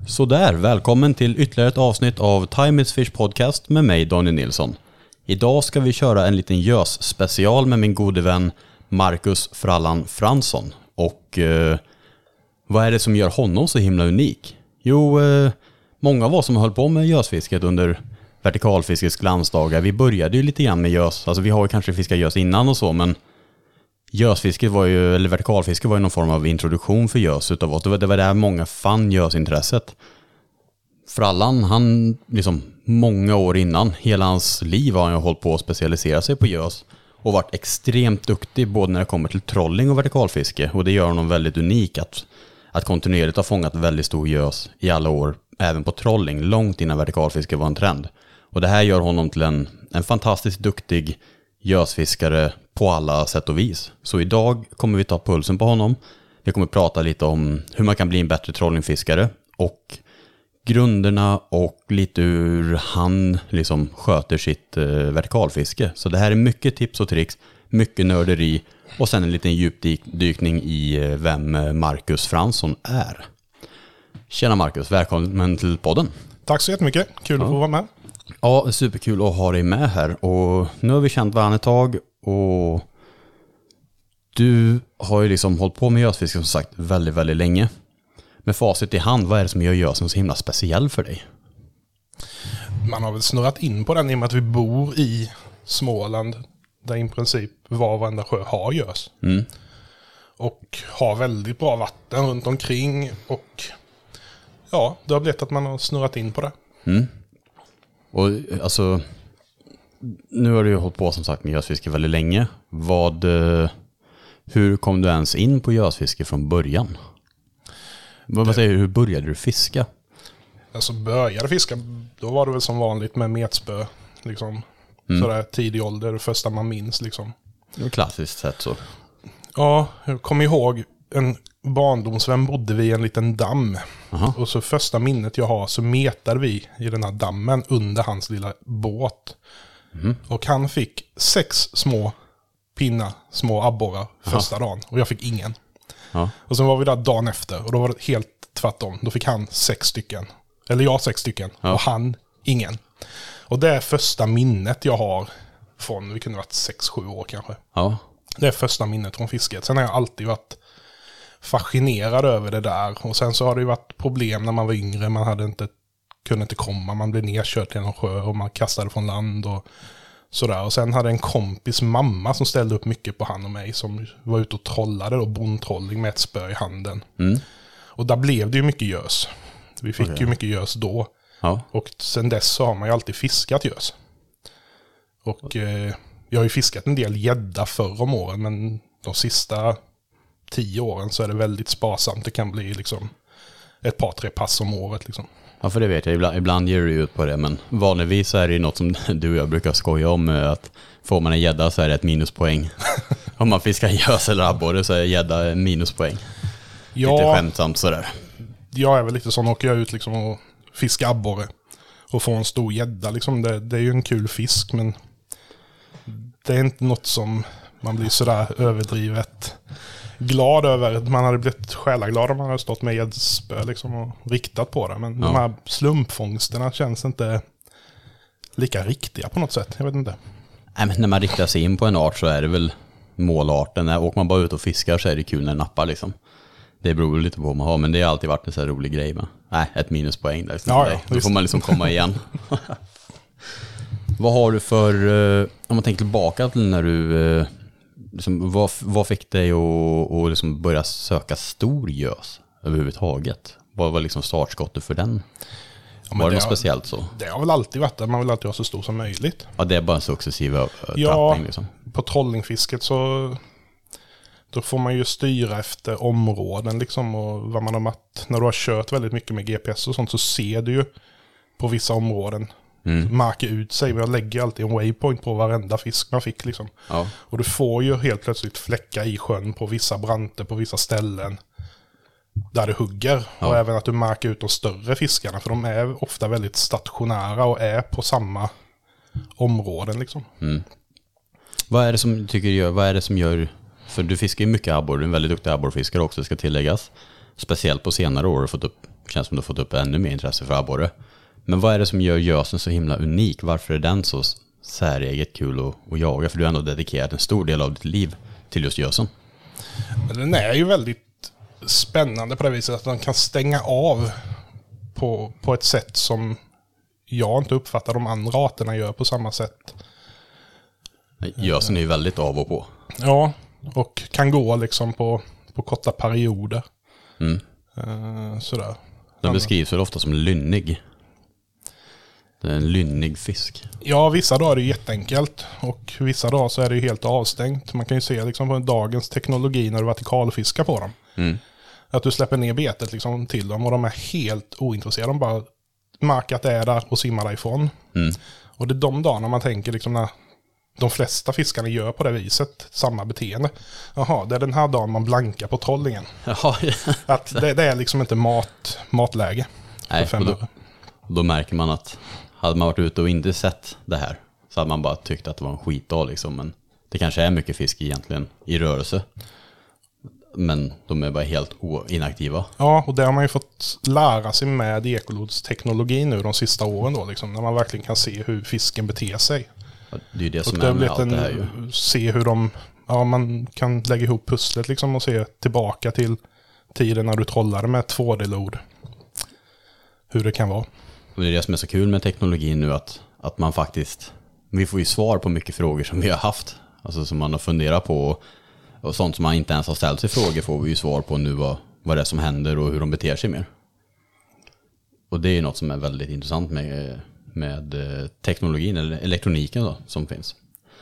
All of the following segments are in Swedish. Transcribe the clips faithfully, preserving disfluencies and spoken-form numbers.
Så där, välkommen till ytterligare ett avsnitt av Time is Fish podcast med mig Daniel Nilsson. Idag ska vi köra en liten gös special med min gode vän Marcus Frallan Fransson. Och eh, vad är det som gör honom så himla unik? Jo, eh, många av oss som har hållit på med gösfisket under vertikalfiskets glansdagar, vi började ju lite grann med gös. Alltså vi har ju kanske fiskat gös innan och så, men gösfisket var ju, eller vertikalfisket var ju någon form av introduktion för gös utav oss. Det var, det var där många fann gösintresset. Frallan, han liksom många år innan, hela hans liv har han ju hållit på att specialisera sig på gös och varit extremt duktig både när det kommer till trolling och vertikalfiske, och det gör honom väldigt unik att, att kontinuerligt ha fångat väldigt stor gös i alla år, även på trolling, långt innan vertikalfiske var en trend. Och det här gör honom till en, en fantastiskt duktig gösfiskare på alla sätt och vis. Så idag kommer vi ta pulsen på honom. Vi kommer prata lite om hur man kan bli en bättre trollingfiskare och grunderna och lite hur han liksom sköter sitt eh, vertikalfiske. Så det här är mycket tips och tricks, mycket nörderi och sen en liten djupdykning i eh, vem Marcus Fransson är. Tjena Marcus, välkommen till podden. Tack så jättemycket, kul ja. att få vara med. Ja, superkul att ha dig med här, och nu har vi känt varandra ett tag och du har ju liksom hållit på med gösfiske som sagt väldigt, väldigt länge. Med facit i hand, vad är det som gör gösen så himla speciell för dig? Man har väl snurrat in på den i och med att vi bor i Småland där i princip var varenda sjö har gös. Mm. Och har väldigt bra vatten runt omkring och ja, det har blivit att man har snurrat in på det. Mm. Och alltså, nu har du ju hållit på som sagt med gösfiske väldigt länge. Vad, hur kom du ens in på gösfiske från början? Vad, vad säger du, hur började du fiska? Alltså började fiska, då var det väl som vanligt med metspö. Liksom, mm. Sådär tidig ålder, det första man minns liksom. Det var klassiskt sett så. Ja, jag kommer ihåg en barndomsvän bodde vid en liten damm. Aha. Och så första minnet jag har så metade vi i den här dammen under hans lilla båt. Mm. Och han fick sex små pinnar, små abborrar första Aha. dagen. Och jag fick ingen. Ja. Och sen var vi där dagen efter och då var det helt tvärtom. Då fick han sex stycken. Eller jag sex stycken. Ja. Och han ingen. Och det är första minnet jag har från, vi kunde ha varit sex, sju år kanske. Ja. Det är första minnet från fisket. Sen har jag alltid varit fascinerad över det där. Och sen så har det ju varit problem när man var yngre. Man hade inte, kunde inte komma. Man blev nedkört i en sjö och man kastade från land och sådär. Och sen hade en kompis mamma som ställde upp mycket på han och mig som var ute och trollade då, bondtrolling med ett spö i handen. Mm. Och där blev det ju mycket gös. Vi fick okay. ju mycket gös då. Ja. Och sen dess så har man ju alltid fiskat gös. Och eh, jag har ju fiskat en del gädda förr om åren, men de sista tio åren så är det väldigt sparsamt. Det kan bli liksom ett par, tre pass om året liksom. Ja, för det vet jag. Ibland, ibland ger du ut på det, men vanligtvis är det något som du och jag brukar skoja om, att får man en gädda så är det ett minuspoäng. Om man fiskar gös eller abborre så är gädda en minuspoäng. Ja, lite skämtsamt sådär. Jag är väl lite sån, åker jag ut liksom och fiskar abborre och får en stor gädda liksom. Det, det är ju en kul fisk, men det är inte något som man blir sådär överdrivet glad över. Man hade blivit själaglad om man hade stått med gäddspö liksom och riktat på det. Men ja. de här slumpfångsterna känns inte lika riktiga på något sätt. Jag vet inte. Nej, men när man riktar sig in på en art så är det väl målarten. När åker man bara ut och fiskar så är det kul när det nappar liksom. Det beror lite på vad man har, men det har alltid varit en så här rolig grej med. Nej, ett minuspoäng där. Ja, ja, då får man liksom komma igen. Vad har du för, om man tänker tillbaka till när du, liksom, vad, vad fick dig att, att liksom börja söka stor gös överhuvudtaget? Vad var liksom startskottet för den? Ja, var det, det något har, speciellt så? Det har väl alltid varit att man vill alltid ha så stor som möjligt. Ja, det är bara en successiv trappning ja, liksom. På trollingfisket så då får man ju styra efter områden liksom, och vad man har matt. När du har kört väldigt mycket med G P S och sånt så ser du ju på vissa områden mm. marka ut sig. Jag lägger alltid en waypoint på varenda fisk man fick liksom. Ja. Och du får ju helt plötsligt fläckar i sjön på vissa branter, på vissa ställen där du hugger. Ja. Och även att du markar ut de större fiskarna, för de är ofta väldigt stationära och är på samma områden liksom. Mm. Vad är det som tycker gör, vad är det som gör, för du fiskar ju mycket abborre, du är en väldigt duktig abborrfiskare också, ska tilläggas. Speciellt på senare år har du fått upp känns som du har fått upp ännu mer intresse för abborre. Men vad är det som gör gösen så himla unik? Varför är den så säreget kul att, att jaga? För du har ändå dedikerat en stor del av ditt liv till just gösen. Den är ju väldigt spännande på det viset att den kan stänga av på, på ett sätt som jag inte uppfattar de andra arterna gör på samma sätt. Gösen är ju väldigt av och på. Ja, och kan gå liksom på, på korta perioder. Mm. Uh, sådär. Den beskrivs väl ofta som lynnig. Det är en lynnig fisk. Ja, vissa dagar är det jätteenkelt och vissa dagar så är det ju helt avstängt. Man kan ju se liksom på dagens teknologi när du vertikalfiskar på dem. Mm. Att du släpper ner betet liksom till dem och de är helt ointresserade. De bara märker att det är där och simmar därifrån. Mm. Och det är de dagarna man tänker liksom när de flesta fiskarna gör på det viset, samma beteende. Jaha, det är den här dagen man blankar på trollingen. Jaha, ja. Att det, det är liksom inte mat, matläge. Nej, och då, då märker man att hade man varit ute och inte sett det här så hade man bara tyckt att det var en skitdag liksom. Men det kanske är mycket fisk egentligen i rörelse. Men de är bara helt inaktiva. Ja, och det har man ju fått lära sig med ekolodsteknologi nu de sista åren då. Liksom, när man verkligen kan se hur fisken beter sig. Det är ju det som och är med allt det här ju. Se hur de, ja man kan lägga ihop pusslet liksom och se tillbaka till tiden när du trollade med två D-lod. Hur det kan vara. Och det är det som är så kul med teknologin nu att, att man faktiskt, vi får ju svar på mycket frågor som vi har haft. Alltså som man har funderat på och sånt som man inte ens har ställt sig frågor får vi ju svar på nu vad, vad det är som händer och hur de beter sig mer. Och det är ju något som är väldigt intressant med med teknologin eller elektroniken då, som finns.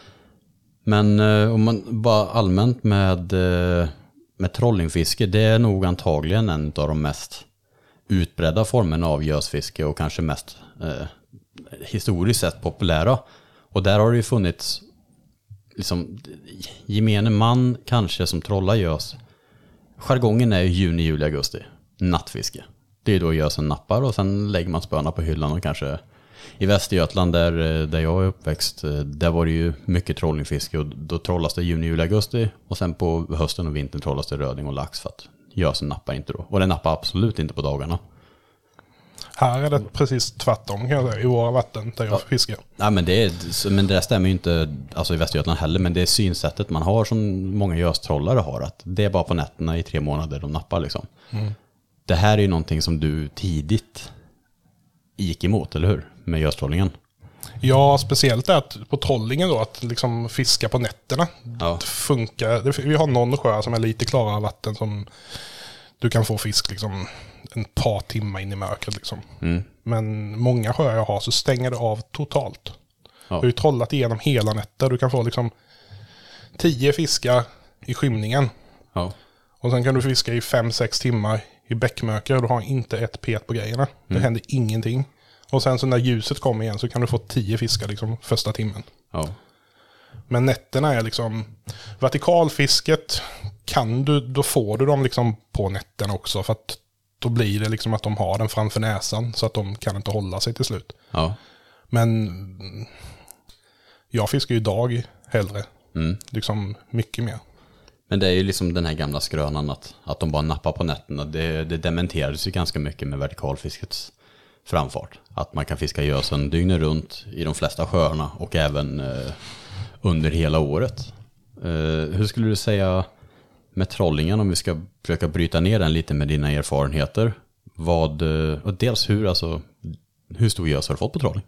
Men eh, om man bara allmänt med, eh, med trollingfiske, det är nog antagligen en av de mest utbredda formerna av gösfiske och kanske mest eh, historiskt sett populära. Och där har det ju funnits liksom gemene man kanske som trollar gös. Jargongen är ju juni, juli, augusti. Nattfiske. Det är då gösen nappar och sen lägger man spöna på hyllan och kanske i Västergötland där, där jag är uppväxt, där var det ju mycket trollingfiske och då trollas det juni, juli, augusti och sen på hösten och vintern trollas det röding och lax för att gösen nappar inte då. Och den nappar absolut inte på dagarna. Här är det precis tvärtom kan jag säga, i våra vatten där jag ja. fiskar. Nej, men det, är, men det stämmer ju inte alltså i Västergötland heller, men det är synsättet man har som många göstrollare har, att det är bara på nätterna i tre månader de nappar liksom. Mm. Det här är ju någonting som du tidigt gick emot, eller hur? Med göstrollingen. Ja, speciellt är att på trollingen då, att liksom fiska på nätterna. Ja. Det funkar. Vi har någon sjö som är lite klarare vatten som du kan få fisk liksom en par timmar in i mörkret liksom. Mm. Men många sjöar jag har så stänger det av totalt. Ja. Du har ju trollat igenom hela nätter. Du kan få liksom tio fiskar i skymningen. Ja. Och sen kan du fiska i fem, sex timmar i bäckmörker och du har inte ett pet på grejerna. Mm. Det händer ingenting. Och sen så när ljuset kommer igen så kan du få tio fiskar liksom första timmen. Ja. Men nätterna är liksom vertikalfisket kan du, då får du dem liksom på nätterna också för att då blir det liksom att de har den framför näsan så att de kan inte hålla sig till slut. Ja. Men jag fiskar ju dag hellre. Mm. Liksom mycket mer. Men det är ju liksom den här gamla skrönan att, att de bara nappar på nätterna. Det, det dementerades ju ganska mycket med vertikalfiskets framfart. Att man kan fiska gösen dygnet runt i de flesta sjöarna och även eh, under hela året. Eh, hur skulle du säga med trollingen, om vi ska försöka bryta ner den lite med dina erfarenheter? Vad, och dels hur, alltså, hur stor gös har du fått på trolling?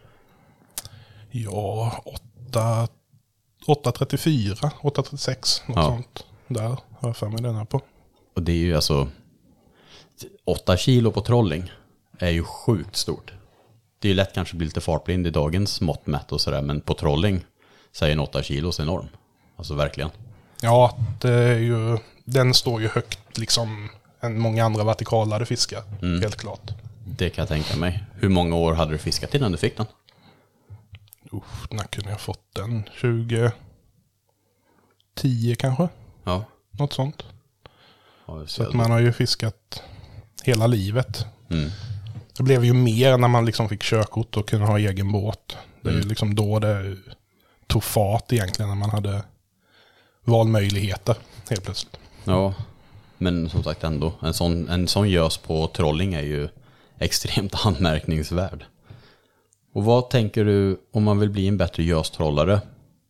Ja, åtta, åtta trettiofyra, åtta trettiosex, något ja. sånt. Där har jag för mig den här på. Och det är ju alltså åtta kilo på trolling är ju sjukt stort. Det är ju lätt kanske bli lite fartblind i dagens mått mätt och sådär, men på trolling så är en åtta kilos enorm. Alltså verkligen. Ja, det är ju, den står ju högt liksom än många andra vertikalade fiskar, mm. helt klart. Det kan jag tänka mig. Hur många år hade du fiskat innan du fick den? Usch, när kunde jag fått den? tjugo tio kanske? Ja. Något sånt. Ja, så att man har ju fiskat hela livet. Mm. Det blev ju mer när man liksom fick körkort och kunde ha egen båt. Det är mm. ju liksom då det tog fart egentligen, när man hade valmöjligheter helt plötsligt. Ja, Men som sagt ändå, en sån, en sån gös på trolling är ju extremt anmärkningsvärd. Och vad tänker du om man vill bli en bättre göstrollare?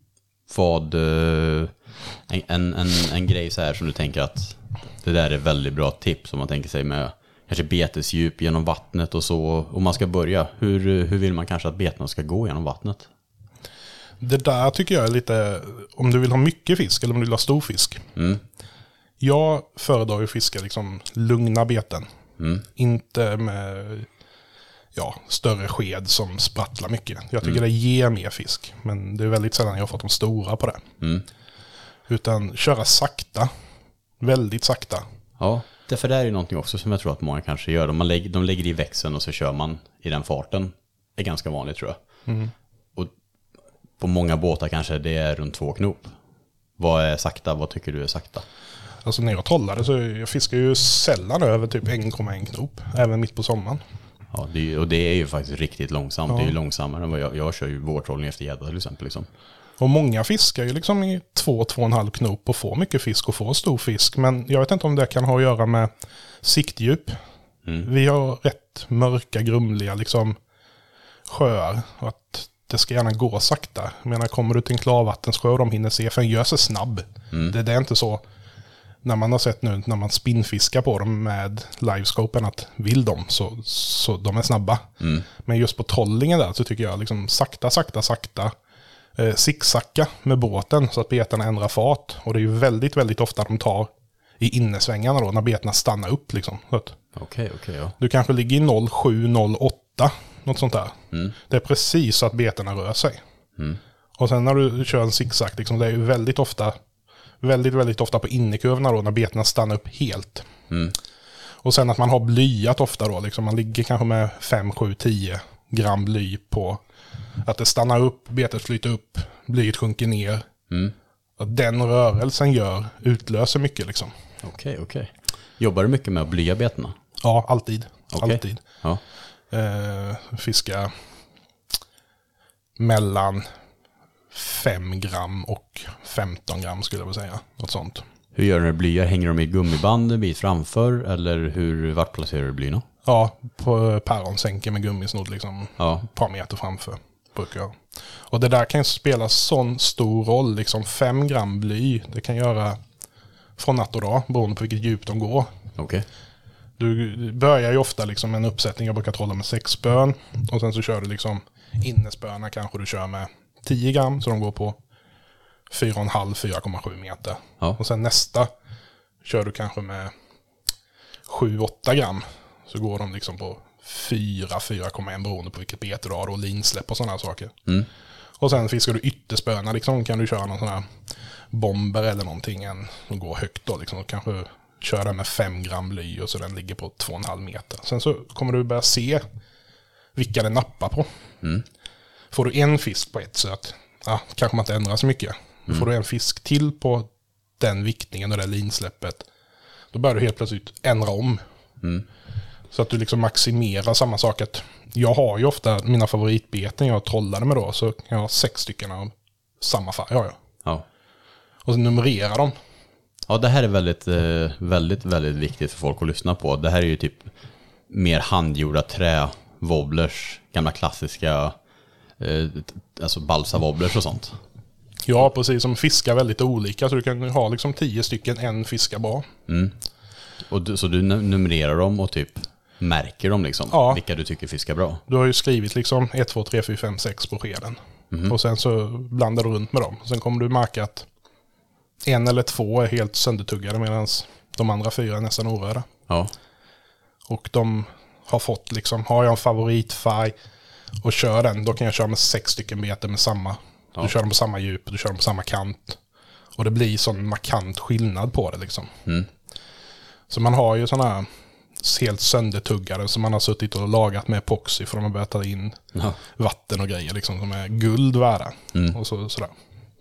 Vad, en, en, en, en grej så här som du tänker att det där är väldigt bra tips om man tänker sig med kanske betesdjup genom vattnet och så. Om man ska börja, hur, hur vill man kanske att betena ska gå genom vattnet? Det där tycker jag är lite, om du vill ha mycket fisk eller om du vill ha stor fisk. Mm. Jag föredrar ju fiska liksom lugna beten. Mm. Inte med ja, större sked som sprattlar mycket. Jag tycker mm. det ger mer fisk. Men det är väldigt sällan jag har fått de stora på det. Mm. Utan köra sakta. Väldigt sakta. Ja, därför det är ju någonting också som jag tror att många kanske gör. De lägger, de lägger i växeln och så kör man i den farten. Det är ganska vanligt tror jag. Mm. Och på många båtar kanske det är runt två knop. Vad är sakta? Vad tycker du är sakta? Alltså när jag trollade så jag fiskar ju sällan över typ en komma en knop. Även mitt på sommaren. Ja, det är, och det är ju faktiskt riktigt långsamt. Ja. Det är ju långsammare än vad jag, jag kör ju vårtrollning efter gädda till exempel. Liksom. Och många fiskar ju liksom i två, två och en halv knop och får mycket fisk och får stor fisk. Men jag vet inte om det kan ha att göra med siktdjup. Mm. Vi har rätt mörka, grumliga liksom sjöar. Och att det ska gärna gå sakta. Jag menar, kommer du till en klarvattensjö och de hinner se, för den gör sig snabb. Mm. Det, det är inte så, när man har sett nu, när man spinnfiskar på dem med livescopen, att vill de så, så de är snabba. Mm. Men just på trollingen där så tycker jag liksom sakta, sakta, sakta eh, zigzacka med båten så att betarna ändrar fart. Och det är ju väldigt, väldigt ofta de tar i innesvängarna då, när betarna stannar upp liksom. Okej, okej, okay, ja. Du kanske ligger i noll sju noll åtta, något sånt där. Mm. Det är precis så att betarna rör sig. Mm. Och sen när du kör en zigzag, liksom, det är ju väldigt ofta väldigt, väldigt ofta på innekurvorna då, när betarna stannar upp helt. Mm. Och sen att man har blyat ofta då, liksom, man ligger kanske med fem, sju, tio gram bly på att det stannar upp, betet flyter upp, blyet sjunker ner. Mm. Att den rörelsen gör, utlöser mycket liksom. Okej, okay, okej. Okay. Jobbar du mycket med att blya betarna? Ja, alltid. Okay. Alltid. Ja. Eh, fiska mellan fem gram och femton gram skulle jag vilja säga. Något sånt. Hur gör du när du blyar? Hänger de i gummiband en bit framför? Eller hur, vart placerar du blyna? Ja, på päronsänker med gummisnodd liksom. Ja. Ett par meter framför brukar jag. Och det där kan spela sån stor roll. Liksom fem gram bly, det kan göra från natt och dag beroende på vilket djup de går. Okej. Okay. Du börjar ju ofta liksom en uppsättning, jag brukar trolla med sex spön. Och sen så kör du liksom innespöna kanske du kör med tio gram, så de går på fyra komma fem till fyra komma sju meter. Ja. Och sen nästa kör du kanske med sju åtta gram, så går de liksom på fyra till fyra komma ett beroende på vilket bete du har och linsläpp och sådana saker. Mm. Och sen fiskar du ytterspöna liksom, kan du köra någon sån här bomber eller någonting som går högt då liksom, och kanske köra den med fem gram bly och så den ligger på två komma fem meter. Sen så kommer du börja se vilka det nappar på. Mm. Får du en fisk på ett söt, ja, kanske man inte ändrar så mycket. Mm. Får du en fisk till på den viktningen och det linsläppet, då börjar du helt plötsligt ändra om. Mm. Så att du liksom maximerar samma sak. Att jag har ju ofta mina favoritbeten jag trollade med då, så kan jag ha sex stycken av samma färg. Ja, ja. Ja. Och så numrera dem. Ja, det här är väldigt, väldigt, väldigt viktigt för folk att lyssna på. Det här är ju typ mer handgjorda trä-wobblers, gamla klassiska alltså balsa-wobblers och sånt. Ja, precis, som fiskar väldigt olika, så du kan ha liksom tio stycken, en fiskar bra. Mm. Och du, så du numrerar dem och typ märker dem liksom, ja, vilka du tycker fiskar bra. Du har ju skrivit liksom ett, två, tre, fyra, fem, sex på skeden. Mm. Och sen så blandar du runt med dem. Sen kommer du märka att en eller två är helt söndertuggade medan de andra fyra är nästan orörda. Ja. Och de har fått liksom, har jag en favoritfärg och kör den, då kan jag köra med sex stycken bete med samma. Ja. Du kör dem på samma djup, du kör dem på samma kant. Och det blir sån markant skillnad på det liksom. Mm. Så man har ju såna här helt söndertuggade som man har suttit och lagat med epoxy för att man börjar ta in ja. vatten och grejer liksom, som är guld värda. Mm. Och så, sådär.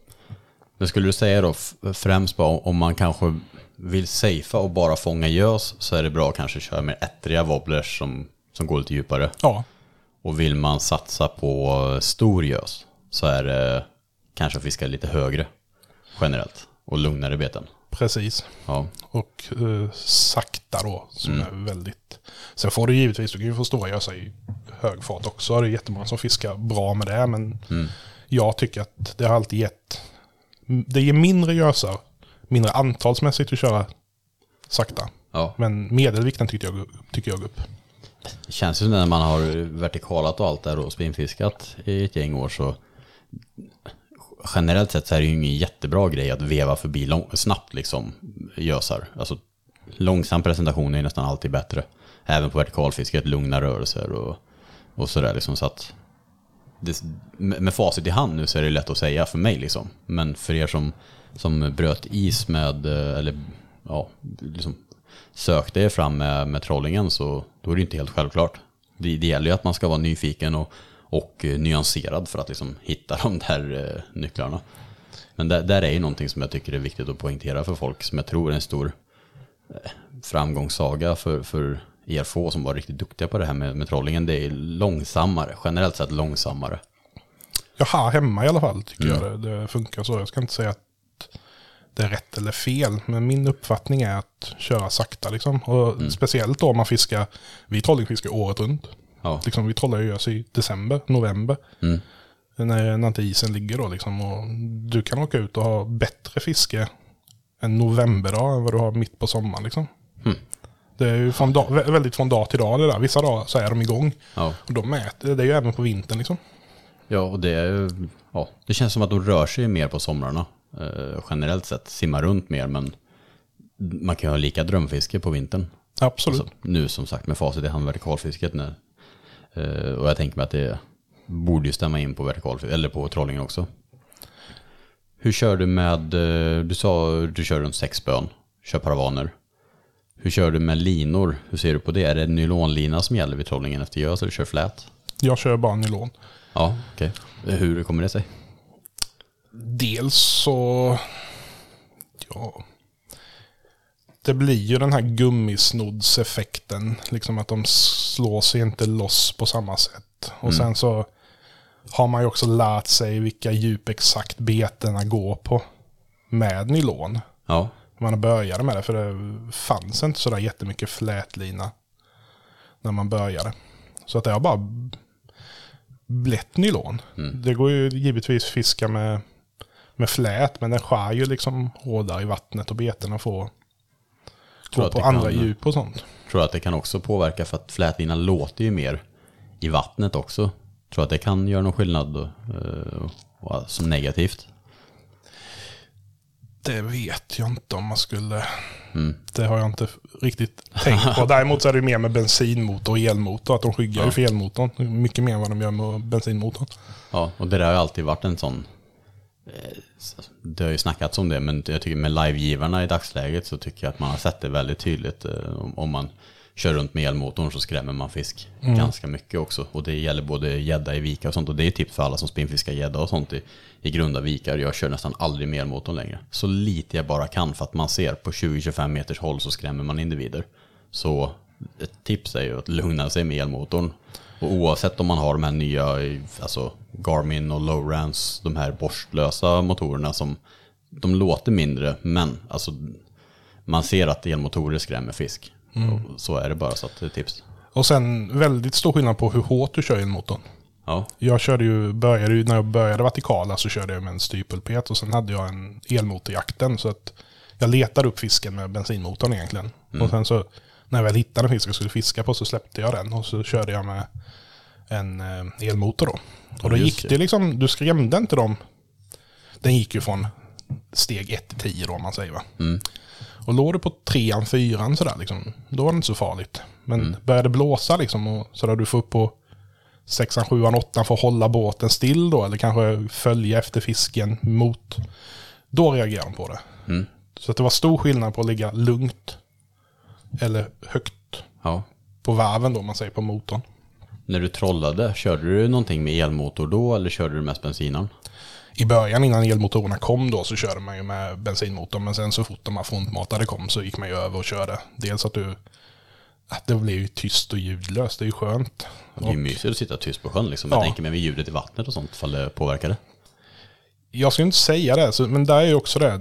Men skulle du säga då främst bara om man kanske vill safea och bara fånga gös, så är det bra att kanske köra med ettriga wobblers som, som går lite djupare. Ja. Och vill man satsa på stor gös, så är det kanske att fiska lite högre generellt och lugnare beten. Precis. Ja. Och uh, sakta då, som mm. är väldigt... Sen får du givetvis, du kan ju få stora gösar i hög fart också. Det är jättemånga som fiskar bra med det, men mm. jag tycker att det har alltid gett... Det ger mindre gösar, mindre antalsmässigt att köra sakta. Ja. Men medelvikten tycker jag, tycker jag går upp. Det känns ju när man har vertikalat och allt där och spinnfiskat i ett gäng år, så generellt sett så är det ju ingen jättebra grej att veva förbi lång, snabbt liksom gösar. Alltså långsam presentation är nästan alltid bättre. Även på vertikalfisket, lugna rörelser och, och sådär liksom, så att det, med facit i hand nu så är det lätt att säga för mig liksom. Men för er som, som bröt is med, eller ja, liksom sökte er fram med, med trollingen, så då är det inte helt självklart. Det, det gäller ju att man ska vara nyfiken och, och nyanserad för att liksom hitta de där eh, nycklarna. Men där, där är ju någonting som jag tycker är viktigt att poängtera för folk, som jag tror är en stor eh, framgångssaga för, för er få som var riktigt duktiga på det här med, med trollingen. Det är långsammare, generellt sett långsammare. Jag har hemma i alla fall tycker mm. jag det, det funkar så. Jag ska inte säga att det är rätt eller fel, men min uppfattning är att köra sakta liksom. Och mm. speciellt då man fiskar, vi trollingfiskar året runt. Ja. Liksom, vi trollar ju oss i december, november. Mm. När, när inte isen ligger då liksom. Och du kan åka ut och ha bättre fiske en novemberdag än vad du har mitt på sommaren liksom. Mm. Det är ju från dag, väldigt från dag till dag det där. Vissa dagar så är de igång. Ja. Och de mäter, det är ju även på vintern liksom. Ja, och det är ju, ja, det känns som att de rör sig mer på somrarna. Uh, generellt sett, simmar runt mer, men man kan ju ha lika drömfiske på vintern. Absolut. Alltså, nu som sagt med facit i hand vertikalfisket när, uh, och jag tänker mig att det borde ju stämma in på vertikalfisket eller på trollingen också. Hur kör du med, uh, du sa du kör runt sex spön, kör paravaner. Hur kör du med linor? Hur ser du på det? Är det nylonlina som gäller vid trollingen efter gös, eller kör flät? Jag kör bara nylon. Ja, okej. Okay. Hur kommer det sig? Dels så... Ja... Det blir ju den här gummisnoddseffekten. Liksom att de slår sig inte loss på samma sätt. Och mm. sen så har man ju också lärt sig vilka djup exakt beterna går på med nylon. Ja. Man har börjat med det, för det fanns inte så där jättemycket flätlina när man började. Så att det har bara blivit nylon. Mm. Det går ju givetvis fiska med, med flät, men den skär ju liksom hårdare i vattnet och beterna får gå på andra kan, djup och sånt. Tror att det kan också påverka, för att flätlinan låter ju mer i vattnet också. Tror att det kan göra någon skillnad då, uh, som negativt? Det vet jag inte om man skulle... Mm. Det har jag inte riktigt tänkt på. Däremot så är det mer med bensinmotor och elmotor. Att de skyggar ju ja. för elmotorn. Mycket mer än vad de gör med bensinmotorn. Ja, och det där har ju alltid varit en sån... Det har ju snackats om det, men jag tycker med livegivarna i dagsläget så tycker jag att man har sett det väldigt tydligt. Om man kör runt med elmotorn så skrämmer man fisk mm. ganska mycket också. Och det gäller både gädda i vikar och sånt. Och det är tips för alla som spinnfiskar gädda och sånt i, i grunda vikar. Jag kör nästan aldrig med elmotorn längre. Så lite jag bara kan, för att man ser på tjugo till tjugofem meters håll så skrämmer man individer. Så ett tips är ju att lugna sig med elmotorn. Och oavsett om man har de här nya, alltså Garmin och Lowrance, de här borstlösa motorerna som de låter mindre, men alltså man ser att elmotorer skrämmer fisk. Mm. Så är det bara, så att det är tips. Och sen väldigt stor skillnad på hur hårt du kör elmotorn. Ja. Jag körde ju, började ju, när jag började vertikala så körde jag med en styrpulpet och sen hade jag en elmotor i jakten, så att jag letade upp fisken med bensinmotorn egentligen. Mm. Och sen så när jag väl hittade en fisk jag skulle fiska på så släppte jag den och så körde jag med en elmotor då. Och då gick det liksom, du skrämde inte dem. Den gick ju från steg ett till tio då, om man säger va. Mm. Och låg du på trean, fyran sådär liksom, då var det inte så farligt. Men mm. började blåsa liksom, och så där du får upp på sexan, sjuan, åttan för att hålla båten still då, eller kanske följa efter fisken mot, då reagerar de på det. Mm. Så att det var stor skillnad på att ligga lugnt eller högt ja. på varven då, man säger, på motorn. När du trollade, körde du någonting med elmotor då, eller körde du mest bensinaren? I början innan elmotorerna kom då så körde man ju med bensinmotorn, men sen så fort de här frontmatade kom så gick man ju över och körde. Dels att du, att det blev ju tyst och ljudlöst, det är ju skönt. Det är ju mysigt att sitta tyst på sjön liksom. Jag ja. tänker med ljudet i vattnet och sånt, ifall det påverkar det. Jag skulle inte säga det, men där är ju också det.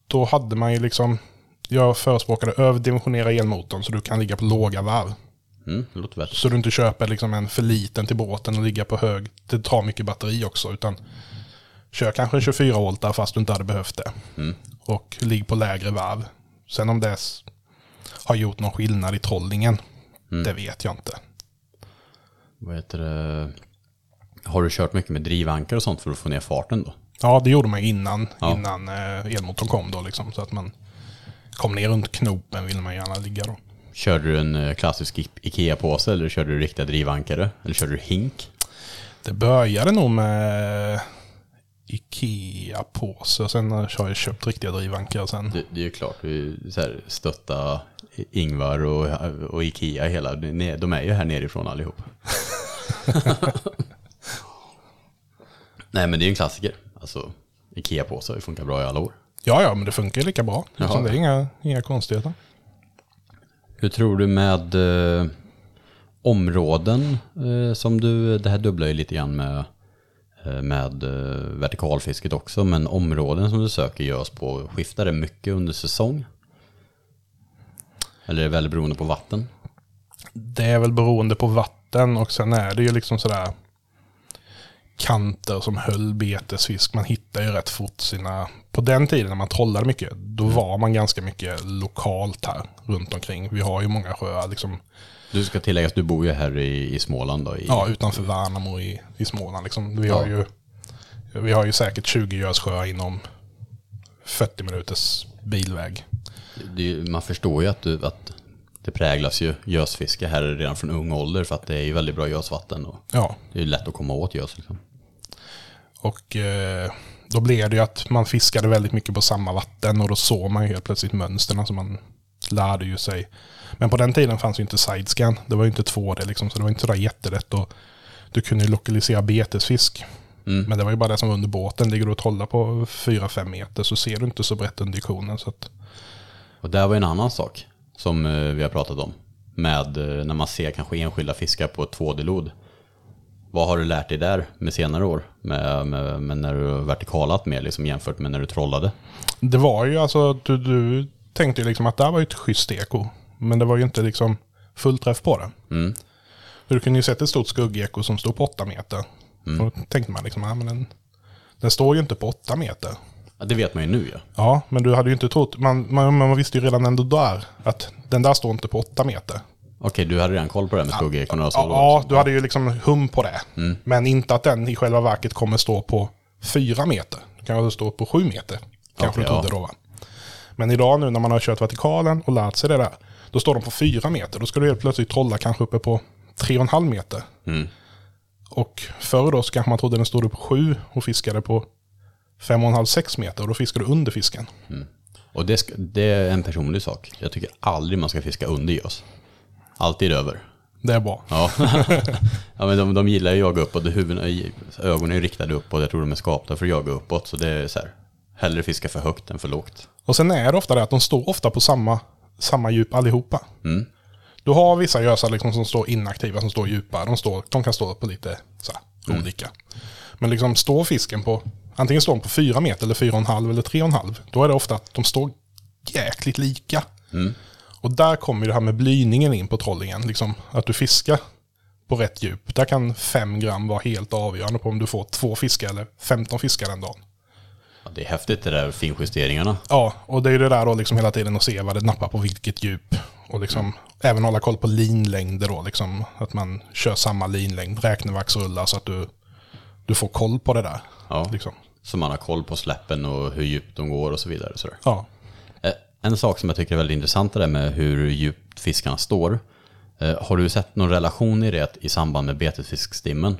då hade man ju liksom, jag förespråkade överdimensionera elmotorn så du kan ligga på låga varv. Mm, det låter bättre. Så du inte köper liksom en för liten till båten och ligga på hög. Det tar mycket batteri också, utan kör kanske en tjugofyra volt där fast du inte hade behövt det. Mm. Och ligg på lägre varv. Sen om det har gjort någon skillnad i trollningen, mm. det vet jag inte. Vad heter det? Har du kört mycket med drivankar och sånt för att få ner farten då? Ja, det gjorde man innan, ja. innan eh, elmotorn kom då liksom. Så att man kom ner runt knopen vill man gärna ligga då. Körde du en klassisk Ikea-påse eller körde du riktiga drivankare? Eller körde du hink? Det började nog med Ikea-påse. Sen har jag köpt riktiga drivankare sen. Det, det är ju klart. Vi så här, stötta Ingvar och, och Ikea hela. De är ju här nerifrån allihop. Nej, men det är ju en klassiker. Alltså, Ikea-påse det funkar bra i alla år. Ja, ja, men det funkar lika bra. Liksom, det är inga, inga konstigheter. Hur tror du med eh, områden eh, som du, det här dubblar ju lite grann med, eh, med eh, vertikalfisket också, men områden som du söker görs på, skiftar det mycket under säsong? Eller är det väldigt beroende på vatten? Det är väl beroende på vatten och sen är det ju liksom sådär kanter som höll betesfisk. Man hittar ju rätt fort sina... På den tiden när man trollade mycket, då var man ganska mycket lokalt här runt omkring. Vi har ju många sjöar liksom. Du ska tillägga att du bor ju här i, i Småland då? I... Ja, utanför Värnamo i, i Småland liksom. Vi, ja. har ju, vi har ju säkert tjugo görsjöar inom fyrtio minuters bilväg. Det, man förstår ju att, du, att det präglas ju gösfiske här redan från ung ålder för att det är ju väldigt bra gösvatten och ja. Det är ju lätt att komma åt gös liksom. Och eh, då blev det ju att man fiskade väldigt mycket på samma vatten och då såg man ju helt plötsligt mönsterna som man lärde ju sig. Men på den tiden fanns ju inte sidescan. Det var ju inte två D liksom, så det var inte så där jättelätt och du kunde ju lokalisera betesfisk. Mm. Men det var ju bara det som var under båten. Ligger du och trollar på fyra fem meter så ser du inte så brett under ikonen. Så att... Och där var en annan sak som eh, vi har pratat om. Med eh, när man ser kanske enskilda fiskar på ett två D-lod. Vad har du lärt dig där med senare år? Med, med, med när du vertikalat mer liksom, jämfört med när du trollade? Det var ju alltså, du, du tänkte ju liksom att det här var ju ett schysst eko. Men det var ju inte liksom full träff på det. Mm. Du kunde ju sett ett stort skuggeko som stod på åtta meter. Mm. Och då tänkte man liksom, ja men den, den står ju inte på åtta meter. Ja, det vet man ju nu ja. Ja, men du hade ju inte trott, man, man, man visste ju redan ändå där att den där står inte på åtta meter. Okej, du hade redan koll på det med skuggekon och så. Ja, ja, du hade ju liksom hum på det. Mm. Men inte att den i själva verket kommer stå på fyra meter. Det kan stå på sju meter. Kanske okay, du trodde ja. Då va. Men idag nu när man har kört vertikalen och lärt sig det där. Då står de på fyra meter. Då ska du helt plötsligt trolla kanske uppe på tre och en halv meter. Mm. Och förr då så kanske man trodde den stod på sju och fiskade på fem och en halv, sex meter. Och då fiskar du under fisken. Mm. Och det, ska, det är en personlig sak. Jag tycker aldrig man ska fiska under gös. Alltid över. Det är bra. Ja, ja men de, de gillar ju att jaga uppåt. Huvuden, ögonen är riktade uppåt. Jag tror de är skapta för att jaga uppåt. Så det är så här, hellre fiska för högt än för lågt. Och sen är det ofta det att de står ofta på samma, samma djup allihopa. Mm. Du har vissa gösar liksom som står inaktiva, som står djupa. De, står, de kan stå på lite så här, mm. olika. Men liksom står fisken på, antingen står de på fyra meter eller fyra och en halv eller tre och en halv. Då är det ofta att de står jäkligt lika. Mm. Och där kommer det här med blyningen in på trollingen. Liksom, att du fiskar på rätt djup. Där kan fem gram vara helt avgörande på om du får två fiskar eller femton fiskar den dagen. Ja, det är häftigt det där finjusteringarna. Ja, och det är det där då liksom hela tiden att se vad det nappar på vilket djup. Och liksom mm. även hålla koll på linlängder då. Liksom, att man kör samma linlängd, räknevaxrullar så att du, du får koll på det där. Ja, liksom. Så man har koll på släppen och hur djupt de går och så vidare. Så ja. En sak som jag tycker är väldigt intressant är med hur djupt fiskarna står. Eh, har du sett någon relation i det i samband med betesfiskstimmen?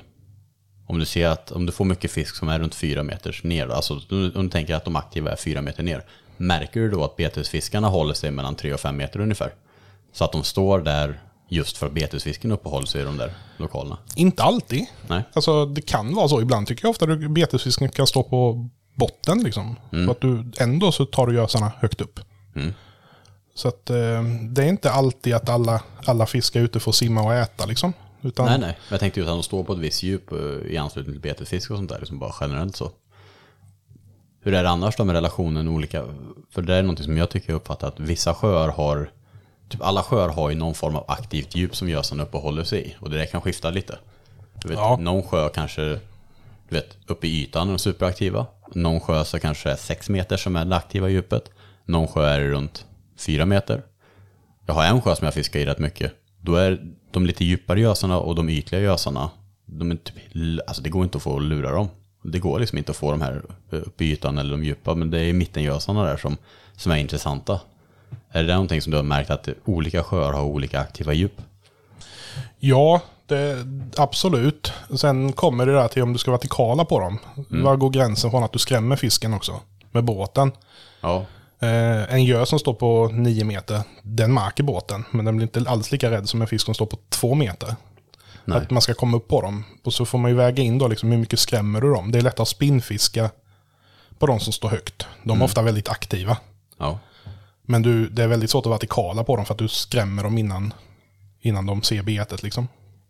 Om du ser att om du får mycket fisk som är runt fyra meters ner, alltså om du tänker att de aktiva är fyra meter ner, märker du då att betesfiskarna håller sig mellan tre och fem meter ungefär? Så att de står där just för att betesfisken uppehåller sig i de där lokalerna? Inte alltid. Nej. Alltså det kan vara så. Ibland tycker jag ofta att betesfisken kan stå på botten liksom. Mm. För att du ändå så tar du gösarna högt upp. Mm. Så att eh, det är inte alltid att alla, alla fiskar ute får simma och äta liksom. Utan... Nej, nej. Men jag tänkte ju att de står på ett visst djup i anslutning till betesfisk och sånt där. Liksom bara generellt så. hur är det annars då med relationen olika? För det är något som jag tycker jag uppfattar att vissa sjöar har, typ alla sjöar har ju någon form av aktivt djup som gösen uppehåller sig i. Och det där kan skifta lite. Du vet, ja. Någon sjö kanske, du vet, uppe i ytan är de superaktiva. Någon sjö så kanske är sex meter som är det aktiva djupet. Någon sjö är runt fyra meter. Jag har en sjö som jag fiskar i rätt mycket. Då är de lite djupare gösarna och de ytliga gösarna, de är typ, alltså det går inte att få lura dem. Det går liksom inte att få de här uppe i ytan eller de djupa, men det är mittengösarna där som, som är intressanta. Är det någonting som du har märkt att olika sjöar har olika aktiva djup? Ja, det, absolut. Sen kommer det där till om du ska vertikala på dem. Mm. Var går gränsen från att du skrämmer fisken också med båten? Ja. Eh, en gös som står på nio meter, den märker båten, men den blir inte alls lika rädd som en fisk som står på två meter. Nej. Att man ska komma upp på dem. Och så får man ju väga in då liksom hur mycket skrämmer du dem. Det är lätt att spinnfiska på de som står högt. De är mm. ofta väldigt aktiva. Ja. Men du, det är väldigt svårt att vertikala på dem för att du skrämmer dem innan, innan de ser betet liksom.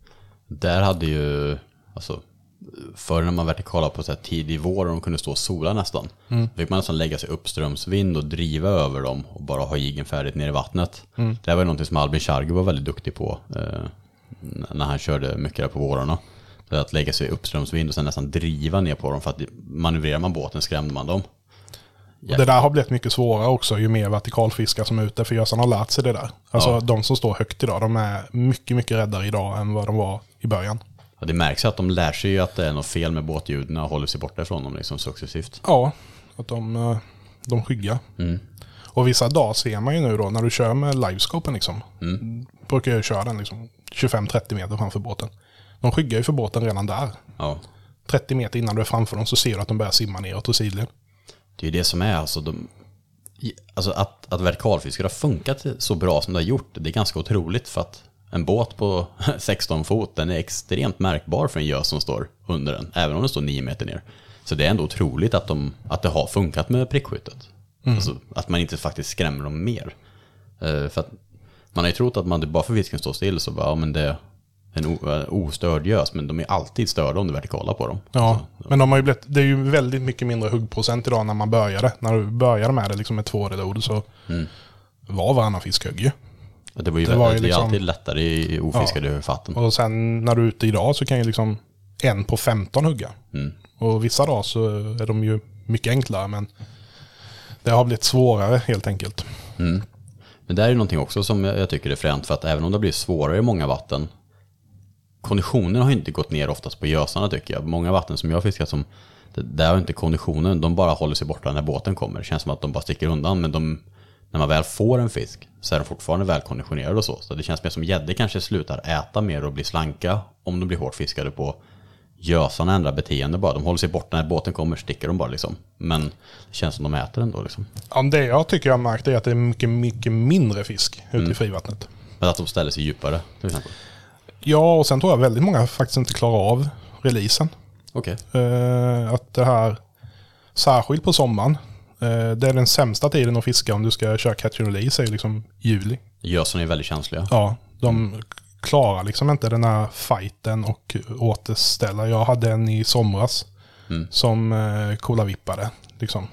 Där hade ju, alltså, förr när man vertikala på så här tidig vår och de kunde stå och sola nästan. Mm. Då fick man nästan lägga sig uppströmsvind och driva över dem och bara ha jigen färdigt ner i vattnet. Mm. Det var någonting som Albin Charge var väldigt duktig på eh, när han körde mycket där på vårarna. Att lägga sig i uppströmsvind och sen nästan driva ner på dem, för att manövrerar man båten skrämde man dem. Och det där har blivit mycket svårare också ju mer vertikalfiskar som är ute, för gösarna har lärt sig det där. Alltså ja. De som står högt idag, de är mycket, mycket räddare idag än vad de var i början. Ja, det märks att de lär sig ju att det är något fel med båtljuden och håller sig borta ifrån dem liksom successivt. Ja, att de, de skyggar. Mm. Och vissa dagar ser man ju nu då, när du kör med livescopen liksom, mm. brukar jag köra den liksom tjugofem till trettio meter framför båten. De skyggar ju för båten redan där. Ja. trettio meter innan du är framför dem så ser du att de börjar simma neråt och sidled. Det är ju det som är, alltså, de, alltså att, att vertikalfiskar har funkat så bra som det har gjort, det är ganska otroligt, för att en båt på sexton fot, den är extremt märkbar för en gös som står under den, även om den står nio meter ner. Så det är ändå otroligt att, de, att det har funkat med prickskyttet. Mm. Alltså, att man inte faktiskt skrämmer dem mer. Uh, för att man har ju trott att man bara för fisken står still så bara, ja, men det är en ostörd gös, men de är alltid störda om du vertikala på dem. Ja, så, men de har ju blivit, det är ju väldigt mycket mindre huggprocent idag när man började. När du började med det liksom med tvåredod så mm. var varannan fisk högg ju. Det var ju, det var ju det liksom, alltid lättare i ofiskade ja. fatten. Och sen när du är ute idag så kan ju liksom en på femton hugga. Mm. Och vissa dagar så är de ju mycket enklare, men det har blivit svårare helt enkelt. Mm. Men det är ju någonting också som jag tycker är fränt, för att även om det blir svårare i många vatten, konditionen har inte gått ner oftast på gösarna tycker jag. Många vatten som jag har fiskat som, där har inte konditionen, de bara håller sig borta när båten kommer. Det känns som att de bara sticker undan, men de, när man väl får en fisk så är de fortfarande välkonditionerade och så. Så det känns mer som gäddor kanske slutar äta mer och blir slanka om de blir hårt fiskade på. Gösarna ändrar beteende bara. De håller sig borta när båten kommer, sticker de bara liksom. Men det känns som de äter ändå liksom. Ja, det jag tycker jag har märkt är att det är mycket, mycket mindre fisk ute mm. i frivattnet. Men att de ställer sig djupare till exempel. Ja, och sen tror jag väldigt många faktiskt inte klarar av releasen. Okej. Okay. Uh, att det här, särskilt på sommaren, uh, det är den sämsta tiden att fiska om du ska köra catch and release, är liksom juli. Gösarna är väldigt känsliga. Ja, de klarar liksom inte den här fighten och återställa. Jag hade en i somras mm. som uh, kolavippade. Liksom.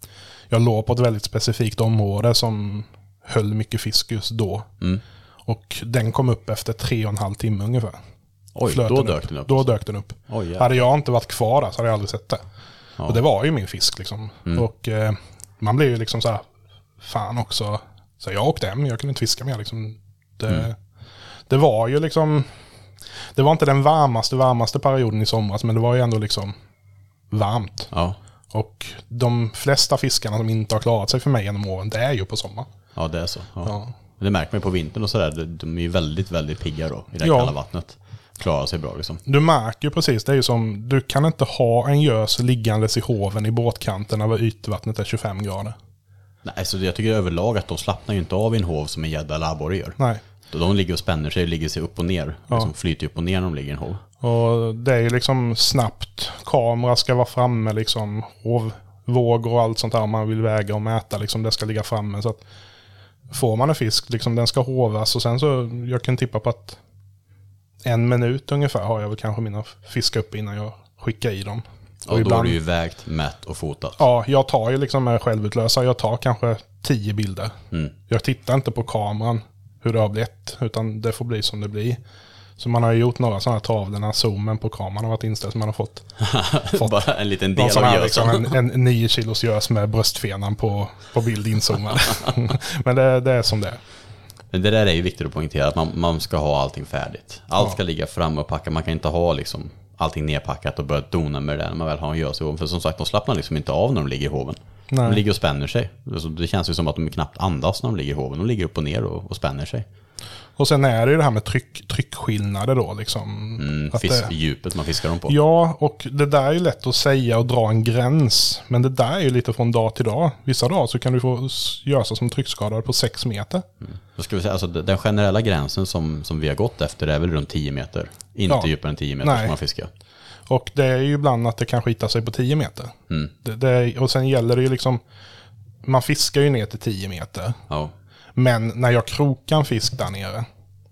Jag låg på ett väldigt specifikt område som höll mycket fisk just då. Mm. Och den kom upp efter tre och en halv timme ungefär. Oj, Flöt då den dök den upp. Då dök den upp. Oj, ja. Hade jag inte varit kvar där så hade jag aldrig sett det. Ja. Och det var ju min fisk liksom. Mm. Och eh, man blev ju liksom så här, fan också. Så jag åkte hem, jag kunde inte fiska mer liksom. Det, mm. det var ju liksom, det var inte den varmaste, varmaste perioden i somras, men det var ju ändå liksom varmt. Ja. Och de flesta fiskarna som inte har klarat sig för mig genom åren, det är ju på sommar. Ja, det är så. Ja. Ja. Det märker man på vintern och sådär. De är ju väldigt, väldigt pigga då i det ja. kalla vattnet. Klarar sig bra liksom. Du märker ju precis, det är ju som, du kan inte ha en gös liggandes i hoven i båtkanten när ytvattnet är tjugofem grader. Nej, så jag tycker överlag att de slappnar ju inte av i en hov som en gädda eller abborre gör. Nej. De ligger och spänner sig, ligger sig upp och ner. Ja. Liksom flyter upp och ner när de ligger i en hov. Och det är ju liksom snabbt. Kamera ska vara framme liksom. Hovvågor och allt sånt där om man vill väga och mäta liksom. Det ska ligga framme så att får man en fisk, liksom, den ska hovas och sen så, jag kan tippa på att en minut ungefär har jag väl kanske mina fiskar upp innan jag skickar i dem. Och, och då ibland, är det ju vägt, mätt och fotat. Ja, jag tar ju liksom med självutlösare. Jag tar kanske tio bilder. Mm. Jag tittar inte på kameran hur det har blivit, utan det får bli som det blir. Så man har ju gjort några sådana tavlor när zoomen på kameran har varit inställd, så man har fått, fått bara en liten del av gösen. Liksom en, en nio kilos gös med bröstfenan på, på bild inzoomad. Men det, det är som det är. Men det där är ju viktigt att poängtera, att man, man ska ha allting färdigt. Allt ja. ska ligga fram och packa. Man kan inte ha liksom allting nedpackat och börja dona med det när man väl har en gös i hoven. För som sagt, de slappnar liksom inte av när de ligger i hoven. Nej. De ligger och spänner sig. Det känns ju som att de knappt andas när de ligger i hoven. De ligger upp och ner och, och spänner sig. Och sen är det ju det här med tryck, tryckskillnader då liksom. Mm, fisk, det, djupet man fiskar dem på. Ja, och det där är ju lätt att säga och dra en gräns. Men det där är ju lite från dag till dag. Vissa dagar så kan du få göra sig som tryckskadad på sex meter. Mm. Då ska vi säga, alltså, den generella gränsen som, som vi har gått efter är väl runt tio meter. Inte ja. djupare än tio meter som man fiskar. Och det är ju ibland att det kan skita sig på tio meter. Mm. Det, det, och sen gäller det ju liksom, man fiskar ju ner till tio meter. Ja. Men när jag krokar en fisk där nere,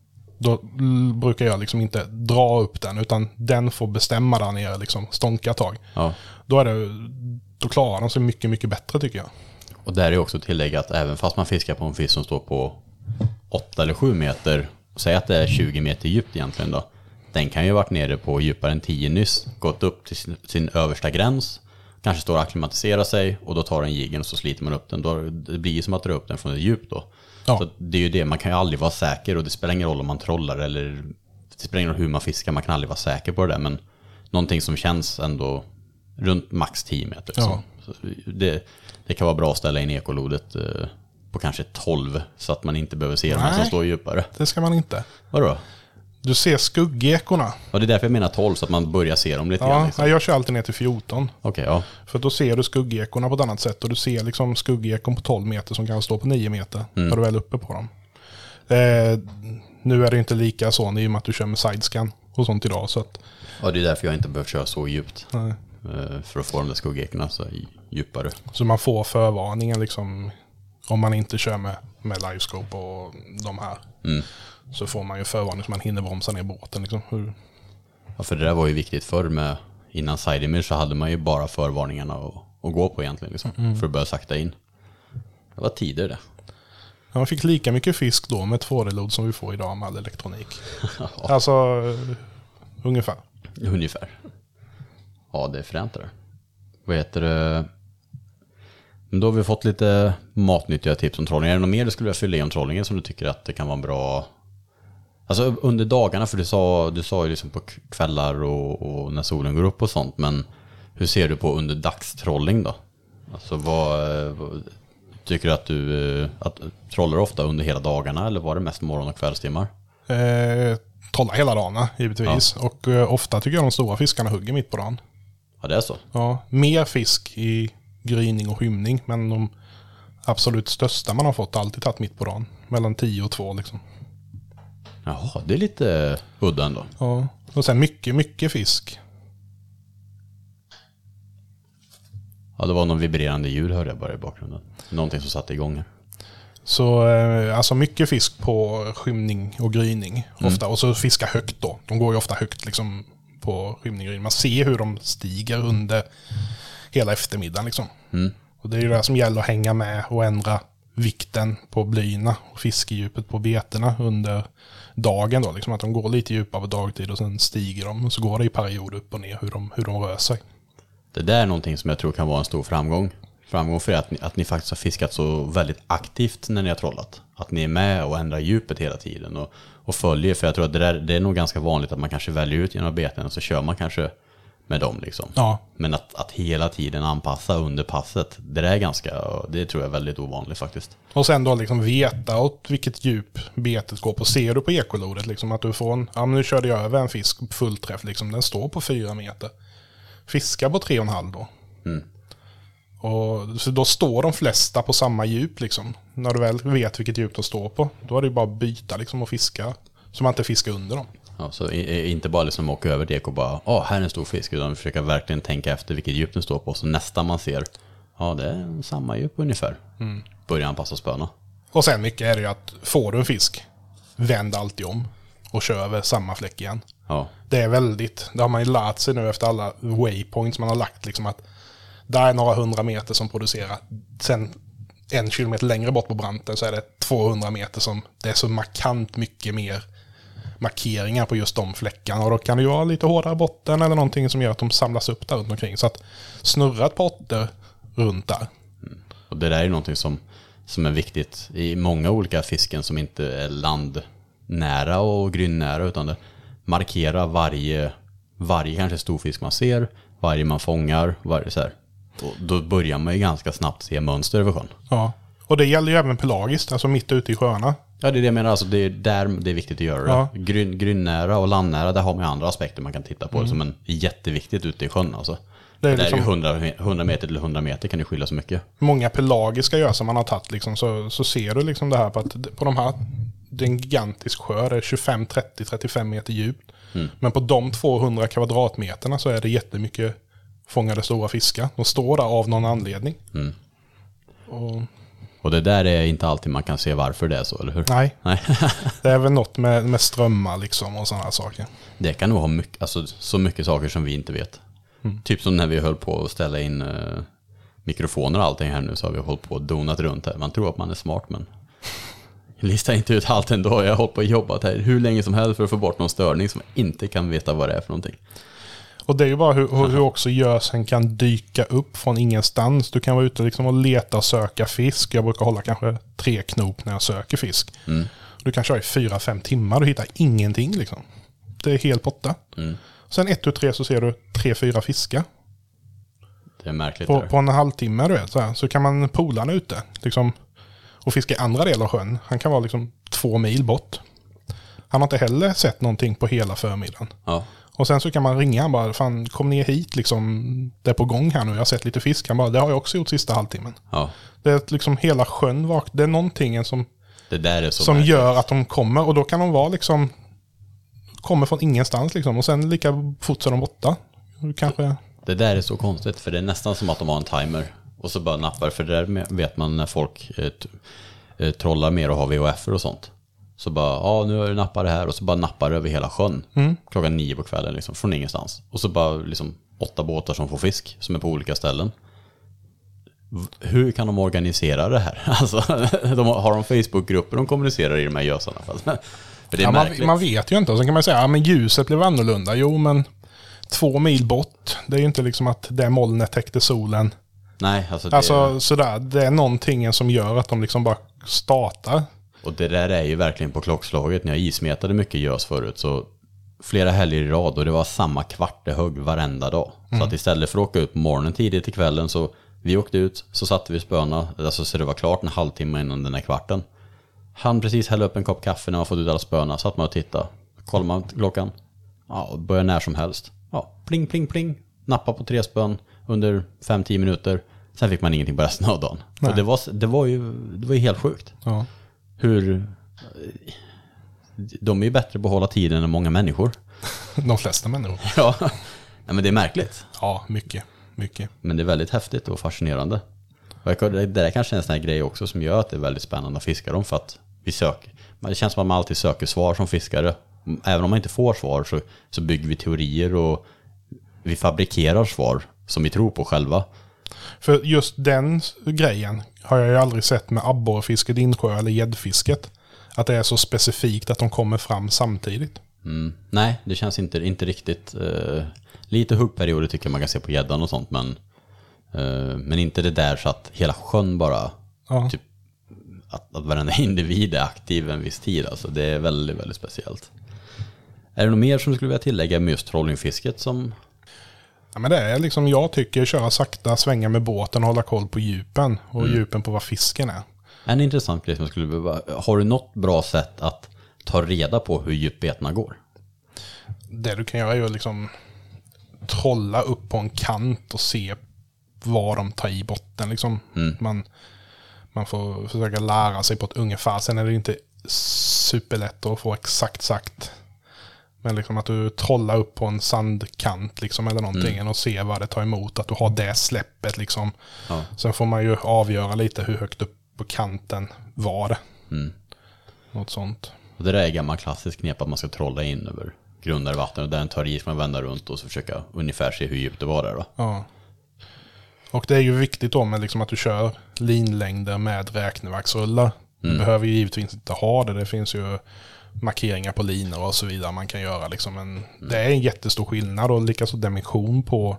då brukar jag liksom inte dra upp den, utan den får bestämma där nere, liksom stånka tag. Ja. Då, är det, då klarar de sig mycket, mycket bättre tycker jag. Och där är också tillägg att även fast man fiskar på en fisk som står på åtta eller sju meter, säg att det är tjugo meter djupt egentligen då, den kan ju ha varit nere på djupare än tio nyss, gått upp till sin, sin översta gräns, kanske står och akklimatiserar sig, och då tar den jiggen och så sliter man upp den. Då, det blir ju som att dra upp den från ett djup då. Ja. Så det är ju det, man kan ju aldrig vara säker, och det spelar ingen roll om man trollar eller det spelar ingen roll hur man fiskar, man kan aldrig vara säker på det där, men någonting som känns ändå runt max tio meter. Ja. Så, så det, det kan vara bra att ställa in ekolodet eh, på kanske tolv, så att man inte behöver se dem som står djupare. Det ska man inte. Vadå? Du ser skuggekorna. Ja, det är därför jag menar tolv, så att man börjar se dem lite ja, grann. Liksom. Jag kör alltid ner till fjorton. Okay, ja. För då ser du skuggekorna på ett annat sätt. Och du ser liksom skuggekon på tolv meter som kan stå på nio meter. Mm. När du väl är uppe på dem. Eh, nu är det inte lika så i och med att du kör med sidescan och sånt idag. Så att... Ja, det är därför jag inte behöver köra så djupt. Nej. Eh, för att få de där skuggekorna så djupare. Så man får förvarningen liksom, om man inte kör med, med livescope och de här. Mm. Så får man ju förvarning så man hinner bromsa ner båten. Liksom. Hur... Ja, för det där var ju viktigt förr med, innan side image så hade man ju bara förvarningarna att, att gå på egentligen. Liksom, mm. För att börja sakta in. Det var tider det. Ja, man fick lika mycket fisk då med två D-load som vi får idag med all elektronik. Ja. Alltså, uh, ungefär. Ungefär. Ja, det är fränt det där. Vad heter det? Men då har vi fått lite matnyttiga tips om trollning. Är det något mer du skulle vilja fylla i om trollningen som du tycker att det kan vara bra? Alltså under dagarna, för du sa, du sa ju liksom på kvällar och, och när solen går upp och sånt. Men hur ser du på under dagstrolling då? Alltså vad, vad tycker du att du att, trollar ofta under hela dagarna, eller var det mest morgon- och kvällstimmar? Eh, trollar hela dagarna givetvis. Ja. Och eh, ofta tycker jag de stora fiskarna hugger mitt på dagen. Ja, det är så? Ja, mer fisk i gryning och skymning, men de absolut största man har fått alltid tagit mitt på dagen. Mellan tio och två liksom. Jaha, det är lite udda ändå. Ja, och sen mycket, mycket fisk. Ja, det var någon vibrerande ljud hörde jag bara i bakgrunden. Någonting som satte igång här. Så alltså mycket fisk på skymning och gryning ofta. Mm. Och så fiska högt då. De går ju ofta högt liksom på skymning och gryning. Man ser hur de stiger under hela eftermiddagen liksom. Mm. Och det är ju det som gäller att hänga med och ändra vikten på blyna och fiskedjupet på beterna under dagen då. Liksom att de går lite djupare på dagtid och sen stiger de. Och så går det i period upp och ner hur de, hur de rör sig. Det där är någonting som jag tror kan vara en stor framgång. Framgång för att ni, att ni faktiskt har fiskat så väldigt aktivt när ni har trollat. Att ni är med och ändrar djupet hela tiden och, och följer. För jag tror att det, där, det är nog ganska vanligt att man kanske väljer ut genom beten och så kör man kanske med dem liksom. Ja. Men att, att hela tiden anpassa under passet, det är ganska, det tror jag är väldigt ovanligt faktiskt. Och sen då liksom veta åt vilket djup betet går på. Ser du på ekolodet liksom att du får en, ja men nu körde jag över en fisk fullträff liksom, den står på fyra meter. Fiska på tre och en halv då. Mm. Och så då står de flesta på samma djup liksom. När du väl vet vilket djup de står på, då är det bara att byta liksom och fiska så man inte fiskar under dem. Ja, så inte bara liksom åka över det och bara, ja, här är en stor fisk, utan försöka verkligen tänka efter vilket djup den står på. Så nästa man ser, ja, det är samma djup ungefär. Mm. Börja anpassa spöna. Och sen mycket är det ju att får du en fisk, vänd alltid om. och kör över samma fläck igen. Ja. Det är väldigt, det har man ju lärt sig nu efter alla waypoints man har lagt liksom att där är några hundra meter som producerar. Sen en kilometer längre bort på branten så är det tvåhundra meter som det är så markant mycket mer markeringar på just de fläckarna. Och då kan det ju vara lite hårdare botten eller någonting som gör att de samlas upp där runt omkring. Så att snurra ett par åttor runt där. Mm. Och det där är ju någonting som, som är viktigt i många olika fisken som inte är landnära och grynnära, utan det markera varje, varje kanske stor fisk man ser, varje man fångar, varje så här. Och då börjar man ju ganska snabbt se mönster över sjön. Ja, och det gäller ju även pelagiskt, alltså mitt ute i sjöarna. Ja, det är det jag menar. Alltså, det är där det är viktigt att göra det. Ja. Gryn, grynnära och landnära, där har man ju andra aspekter man kan titta på. Mm. Som en jätteviktigt ute i sjön. Alltså. Det är, det liksom, är ju hundra, hundra meter till hundra meter kan det skilja så mycket. Många pelagiska gör som man har tagit liksom, så, så ser du liksom det här på att på de här, det är en gigantisk sjö, det är tjugofem, trettio, trettiofem meter djupt. Mm. Men på de tvåhundra kvadratmeterna så är det jättemycket fångade stora fiskar. De står där av någon anledning. Mm. Och... Och det där är inte alltid man kan se varför det är så, eller hur? Nej, Nej. Det är väl något med, med strömmar liksom och sådana saker. Det kan nog ha mycket, alltså, så mycket saker som vi inte vet. Mm. Typ som när vi höll på att ställa in uh, mikrofoner och allting här nu, så har vi hållit på och donat runt här. Man tror att man är smart, men jag listar inte ut allt ändå. Jag har hållit på och jobbat här hur länge som helst för att få bort någon störning som inte kan veta vad det är för någonting. Och det är ju bara hur, hur också gösen kan dyka upp från ingenstans. Du kan vara ute liksom och leta och söka fisk. Jag brukar hålla kanske tre knop när jag söker fisk. Mm. Du kan köra i fyra, fem timmar och hittar ingenting liksom. Det är helt borta. Mm. Sen ett, tu, tre så ser du tre, fyra fiskar. Det är märkligt. På, på en halvtimme, du vet. Så, här. Så kan man polarna ute liksom, och fiska i andra delar av sjön. Han kan vara liksom två mil bort. Han har inte heller sett någonting på hela förmiddagen. Ja. Och sen så kan man ringa han bara, fan kom ner hit liksom, det är på gång här nu, jag har sett lite fisk. Han bara, det har jag också gjort sista halvtimmen. Ja. Det är liksom hela sjön vakt, det är någonting som, det där är så som gör att de kommer, och då kan de vara liksom, kommer från ingenstans liksom, och sen lika fort så de borta. Kanske. Det där är så konstigt, för det är nästan som att de har en timer och så bara nappar, för det där vet man när folk eh, t- trollar mer och har V H F och sånt. Så bara, ja nu är det nappar det här, och så bara nappar över hela sjön. Mm. Klockan nio på kvällen liksom, från ingenstans. Och så bara liksom åtta båtar som får fisk, som är på olika ställen. Hur kan de organisera det här? Alltså, de har, har de Facebookgrupper de kommunicerar i de här gösarna? För det är ja, man, man vet ju inte, och sen kan man säga, ja men ljuset blev annorlunda. Jo men två mil bort, det är ju inte liksom att det molnet täckte solen. Nej, alltså det... Alltså sådär, det är någonting som gör att de liksom bara startar. Och det där är ju verkligen på klockslaget. När jag ismetade mycket gös förut, så flera helger i rad, och det var samma kvartehugg varenda dag. Mm. Så att istället för att åka ut på morgonen tidigt till kvällen, så vi åkte ut, så satte vi spöna, alltså så det var klart en halvtimme innan den här kvarten. Han precis hällde upp en kopp kaffe när man fått ut alla spöna, satt man och tittade. Kollar man klockan, ja, börjar när som helst. Ja, pling, pling, pling. Nappa på tre spön under fem till tio minuter. Sen fick man ingenting på resten av dagen. Och det var, det var ju det var ju helt sjukt. Ja. Hur de är ju bättre på att hålla tiden än många människor. De flesta människor. Ja, nej, men det är märkligt. Ja, mycket, mycket. Men det är väldigt häftigt och fascinerande. Och det där är kanske en sån här grej också som gör att det är väldigt spännande att fiska dem, för att vi söker. Det känns som att man alltid söker svar som fiskare. Även om man inte får svar, så, så bygger vi teorier och vi fabrikerar svar som vi tror på själva. För just den grejen har jag ju aldrig sett med abborrfisket, insjö eller gäddfisket. Att det är så specifikt att de kommer fram samtidigt. Mm. Nej, det känns inte, inte riktigt. Uh, lite huggperioder tycker jag man kan se på gäddan och sånt. Men, uh, men inte det där så att hela sjön bara... Ja. Typ, att, att varenda individ är aktiv en viss tid. Alltså, det är väldigt, väldigt speciellt. Är det något mer som du skulle vilja tillägga med just trollingfisket som... Ja, men det är liksom, jag tycker köra sakta, svänga med båten och hålla koll på djupen. Och mm. djupen på vad fisken är. En intressant grej som jag skulle behöva... Har du något bra sätt att ta reda på hur djupbetarna går? Det du kan göra är ju liksom trolla upp på en kant och se vad de tar i botten. Liksom. Mm. Man, man får försöka lära sig på ett ungefär. Sen är det inte superlätt att få exakt sagt. Men liksom att du trollar upp på en sandkant liksom, eller någonting mm. och ser vad det tar emot. Att du har det släppet liksom. Ja. Sen får man ju avgöra lite hur högt upp på kanten var det. Mm. Något sånt. Och det där är gammal klassisk knep att man ska trolla in över grundare vatten och där den tar i ska man vända runt och så försöka ungefär se hur djupt det var där då. Ja. Och det är ju viktigt då med liksom att du kör linlängder med räkneverksrullar. Mm. Du behöver ju givetvis inte ha det. Det finns ju markeringar på linor och så vidare man kan göra. Liksom. Men mm. det är en jättestor skillnad och likaså dimension på,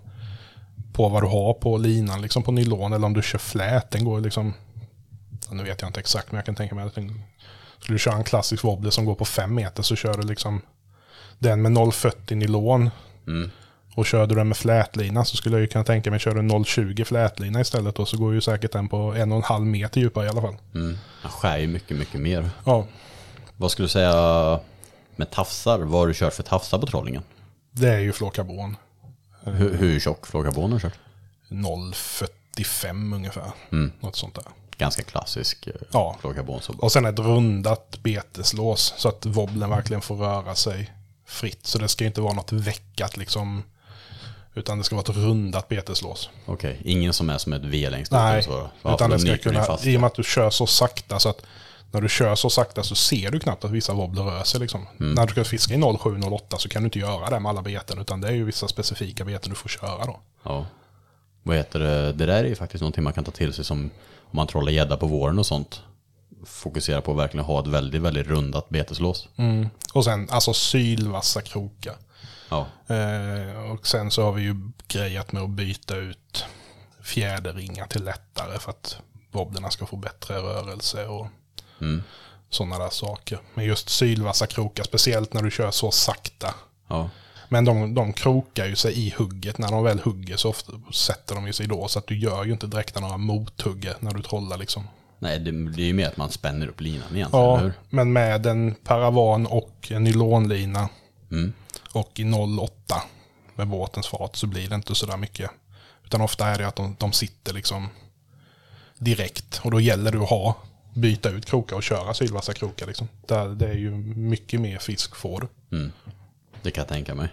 på vad du har på linan. Liksom på nylon eller om du kör flät. Den går liksom, nu vet jag inte exakt men jag kan tänka mig att den, skulle du köra en klassisk wobbler som går på fem meter så kör du liksom den med noll komma fyrtio nylon. Mm. Och kör du den med flätlina så skulle jag ju kunna tänka mig att köra en noll komma tjugo flätlina istället och så går ju säkert den på en och en halv meter djupare i alla fall. Mm. Han skär ju mycket, mycket mer. Ja. Vad skulle du säga med tafsar? Vad har du kört för tafsar på trollingen? Det är ju flåkarbon. Hur, hur tjock flåkarbon har du kört? noll komma fyrtiofem ungefär. Mm. Något sånt där. Ganska klassisk ja. flåkarbon. Och sen ett rundat beteslås så att wobblen verkligen får röra sig fritt. Så det ska inte vara något veckat liksom. Utan det ska vara ett rundat beteslås. Okej, okay. Ingen som är som ett V längst. Nej, så, utan det ska kunna, i och med att du kör så sakta så att när du kör så sakta så ser du knappt att vissa wobbler rör sig liksom. Mm. När du ska fiska i noll komma sju noll åtta så kan du inte göra det med alla beten utan det är ju vissa specifika beten du får köra då. Ja. Vad heter det? Det där är ju faktiskt någonting man kan ta till sig som om man trollar gädda på våren och sånt. Fokusera på att verkligen ha ett väldigt, väldigt rundat beteslås. Mm. Och sen alltså sylvassa krokar. Ja. Eh, och sen så har vi ju grejat med att byta ut fjäderringar till lättare för att wobblerna ska få bättre rörelse och mm. sådana där saker. Men just sylvassa krokar, speciellt när du kör så sakta. Ja. Men de, de krokar ju sig i hugget. När de väl hugger så ofta sätter de ju sig då. Så att du gör ju inte direkt några mothugger när du trollar liksom. Nej, det, det är ju mer att man spänner upp linan igen. Ja, eller hur? Men med en paravan och en nylonlina mm. och i noll komma åtta med båtens fart så blir det inte så där mycket. Utan ofta är det att de, de sitter liksom direkt. Och då gäller det att ha, byta ut krokar och köra sylvassa krokar liksom. Där, det är ju mycket mer fisk får du. Mm. Det kan jag tänka mig.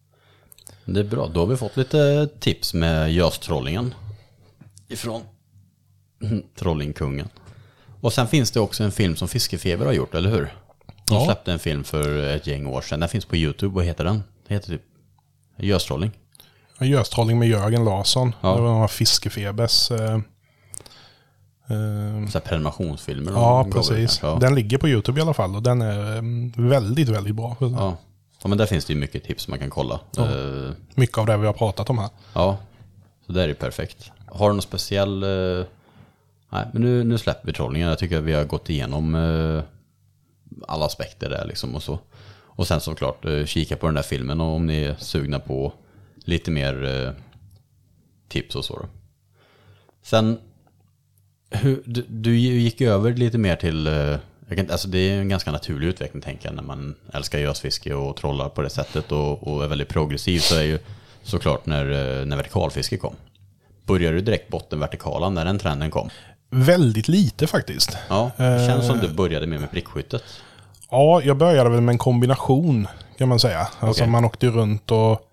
Det är bra, då har vi fått lite tips med göstrollingen ifrån Trollingkungen. Och sen finns det också en film som Fiskefeber har gjort, eller hur? De ja. släppte en film för ett gäng år sedan. Den finns på YouTube. Vad heter den? Det heter typ Göstrolling. Göstrolling med Jörgen Larsson. Ja. Det var några Fiskefebers eh, eh, så prenumerationsfilmer. Ja, precis. Ja. Den ligger på YouTube i alla fall och den är väldigt, väldigt bra. Ja. Ja, men där finns det ju mycket tips man kan kolla. Ja. Uh, mycket av det vi har pratat om här. Ja, så det är ju perfekt. Har du någon speciell... Uh, nej, men nu, nu släpper vi trollningen. Jag tycker att vi har gått igenom uh, alla aspekter där liksom och så. Och sen såklart uh, kika på den där filmen och om ni är sugna på lite mer uh, tips och så då. Sen, hur, du, du gick över lite mer till... Uh, Jag kan, alltså det är en ganska naturlig utveckling tänker jag när man älskar gösfiske och trollar på det sättet och, och är väldigt progressiv så är ju såklart när, när vertikalfiske kom. Började du direkt botten vertikala när den trenden kom? Väldigt lite faktiskt. Ja, det känns som du började med med prickskyttet. Ja, jag började väl med en kombination kan man säga. Alltså okay. Man åkte runt och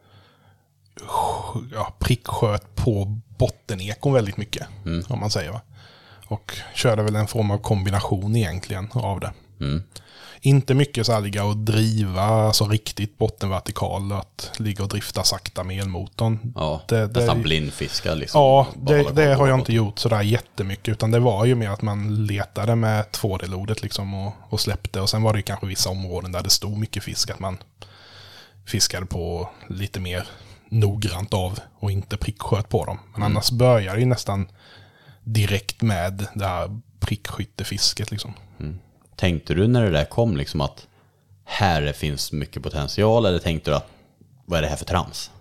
ja, pricksköt på bottenekon väldigt mycket mm. om man säger va. Och körde väl en form av kombination egentligen av det. Mm. Inte mycket så här ligga och driva, alltså riktigt bottenvertikal, att ligga och drifta sakta med elmotorn. Ja, det, det, nästan blindfiska liksom. Ja, det, det har jag inte gjort sådär jättemycket, utan det var ju mer att man letade med två D-lodet liksom och, och släppte. Och sen var det ju kanske vissa områden där det stod mycket fisk, att man fiskade på lite mer noggrant av och inte pricksköt på dem. Men mm. annars började ju nästan direkt med det här prickskyttefisket liksom. Mm. Tänkte du när det där kom liksom att här finns mycket potential, eller tänkte du att vad är det här för trams?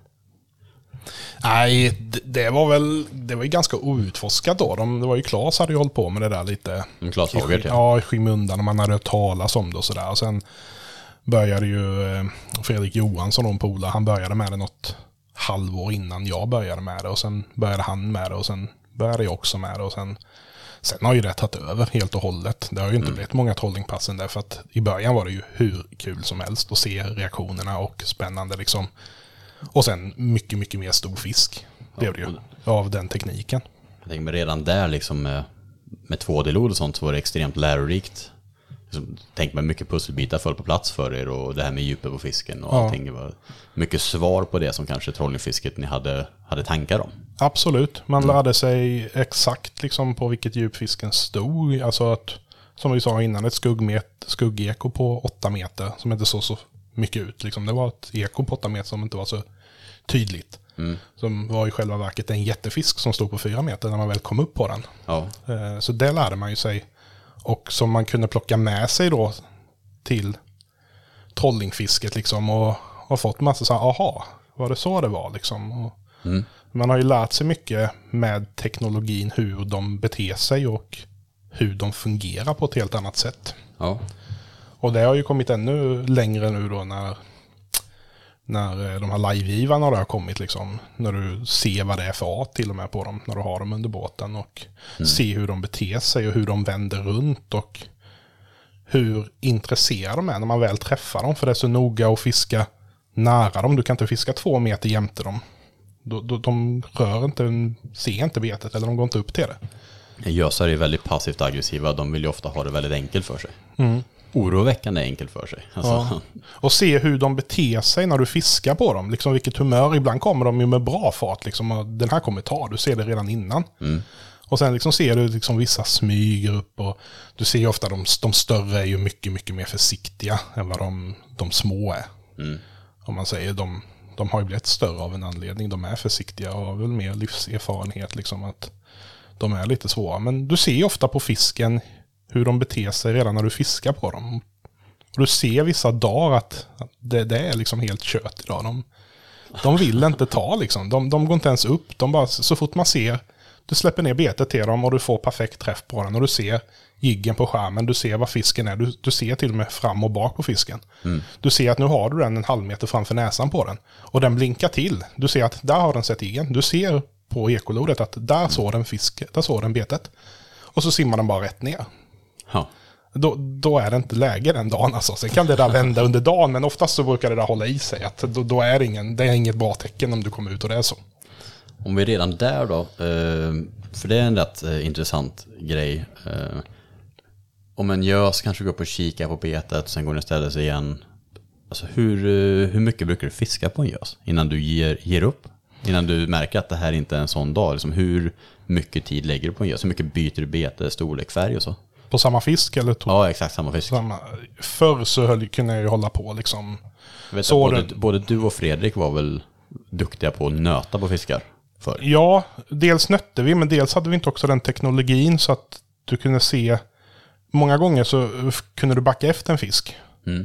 Nej, det, det var väl det var ju ganska outforskat då. De, det var ju Claes hade ju hållit på med det där lite. Mm, Claes Hagert, ja. Ja, i skymundan och man hade hört talas om det och sådär. Och sen började ju eh, Fredrik Johansson och Pola, han började med det något halvår innan jag började med det och sen började han med det och sen började jag också med det och sen, sen har ju det tagit över helt och hållet. Det har ju inte mm. blivit många trollingpassen där för att i början var det ju hur kul som helst att se reaktionerna och spännande liksom. Och sen mycket, mycket mer stor fisk blev det ju av den tekniken. Jag tänker mig redan där liksom med, med två D-lod och sånt så var det extremt lärorikt. liksom, tänk mig mycket pusselbitar föll på plats för er och det här med djupet på fisken och ja. allting. Det var mycket svar på det som kanske trollingfisket ni hade, hade tankar om. Absolut, man Mm. lärde sig exakt liksom på vilket djup fisken stod. Alltså att, som vi sa innan, ett skuggmet, skuggeko på åtta meter som inte såg så mycket ut. Liksom. Det var ett eko på åtta meter som inte var så tydligt. Mm. Som var i själva verket en jättefisk som stod på fyra meter när man väl kom upp på den. Ja. Så det lärde man ju sig. Och som man kunde plocka med sig då till trollingfisket liksom. Och har fått massa så här, aha, var det så det var liksom. Och mm. Man har ju lärt sig mycket med teknologin hur de beter sig och hur de fungerar på ett helt annat sätt. Ja. Och det har ju kommit ännu längre nu då när, när de här live-givarna har kommit liksom. När du ser vad det är för art till och med på dem när du har dem under båten. Och mm. se hur de beter sig och hur de vänder runt och hur intresserade de är när man väl träffar dem. För det är så noga att fiska nära dem. Du kan inte fiska två meter jämte dem. De, de, de rör inte, ser inte betet eller de går inte upp till det. Gösar är väldigt passivt aggressiva. De vill ju ofta ha det väldigt enkelt för sig. Mm. Oroväckande enkelt för sig. Alltså. Ja. Och se hur de beter sig när du fiskar på dem. Liksom vilket humör. Ibland kommer de ju med bra fart. Liksom, och den här kommer ta. Du ser det redan innan. Mm. Och sen liksom ser du liksom vissa smyger upp. Och du ser ju ofta de, de större är ju mycket, mycket mer försiktiga än vad de, de små är. Mm. Om man säger de... De har ju blivit större av en anledning. De är försiktiga och har väl mer livserfarenhet. Liksom att de är lite svåra. Men du ser ju ofta på fisken hur de beter sig redan när du fiskar på dem. Och du ser vissa dagar att det, det är liksom helt kött idag. De, de vill inte ta liksom. De, de går inte ens upp. De bara, så fort man ser, du släpper ner betet till dem och du får perfekt träff på den. Och du ser jiggen på skärmen, du ser vad fisken är. Du, du ser till och med fram och bak på fisken. Mm. Du ser att nu har du den en halv meter framför näsan på den. Och den blinkar till. Du ser att där har den sett jiggen. Du ser på ekolodet att där såg den fisk, där såg den betet. Och så simmar den bara rätt ner. Ja. Då, då är det inte läge den dagen. Alltså. Sen kan det där vända under dagen, men oftast så brukar det där hålla i sig. Att då, då är det, ingen, det är inget bra tecken om du kommer ut och det är så. Om vi är redan där då, för det är en rätt intressant grej. Om en gös kanske går upp och kikar på betet, sen går den och ställer sig igen. Alltså hur, hur mycket brukar du fiska på en gös innan du ger, ger upp? Innan du märker att det här inte är en sån dag. Liksom hur mycket tid lägger du på en gös? Hur mycket byter du bete, storlek, färg och så? På samma fisk eller? To- ja, exakt samma fisk. Samma. Förr så höll, kunde jag ju hålla på liksom. Vet så både, den... både du och Fredrik var väl duktiga på att nöta på fiskar förr? Ja, dels nötte vi, men dels hade vi inte också den teknologin så att du kunde se. Många gånger så kunde du backa efter en fisk. Mm.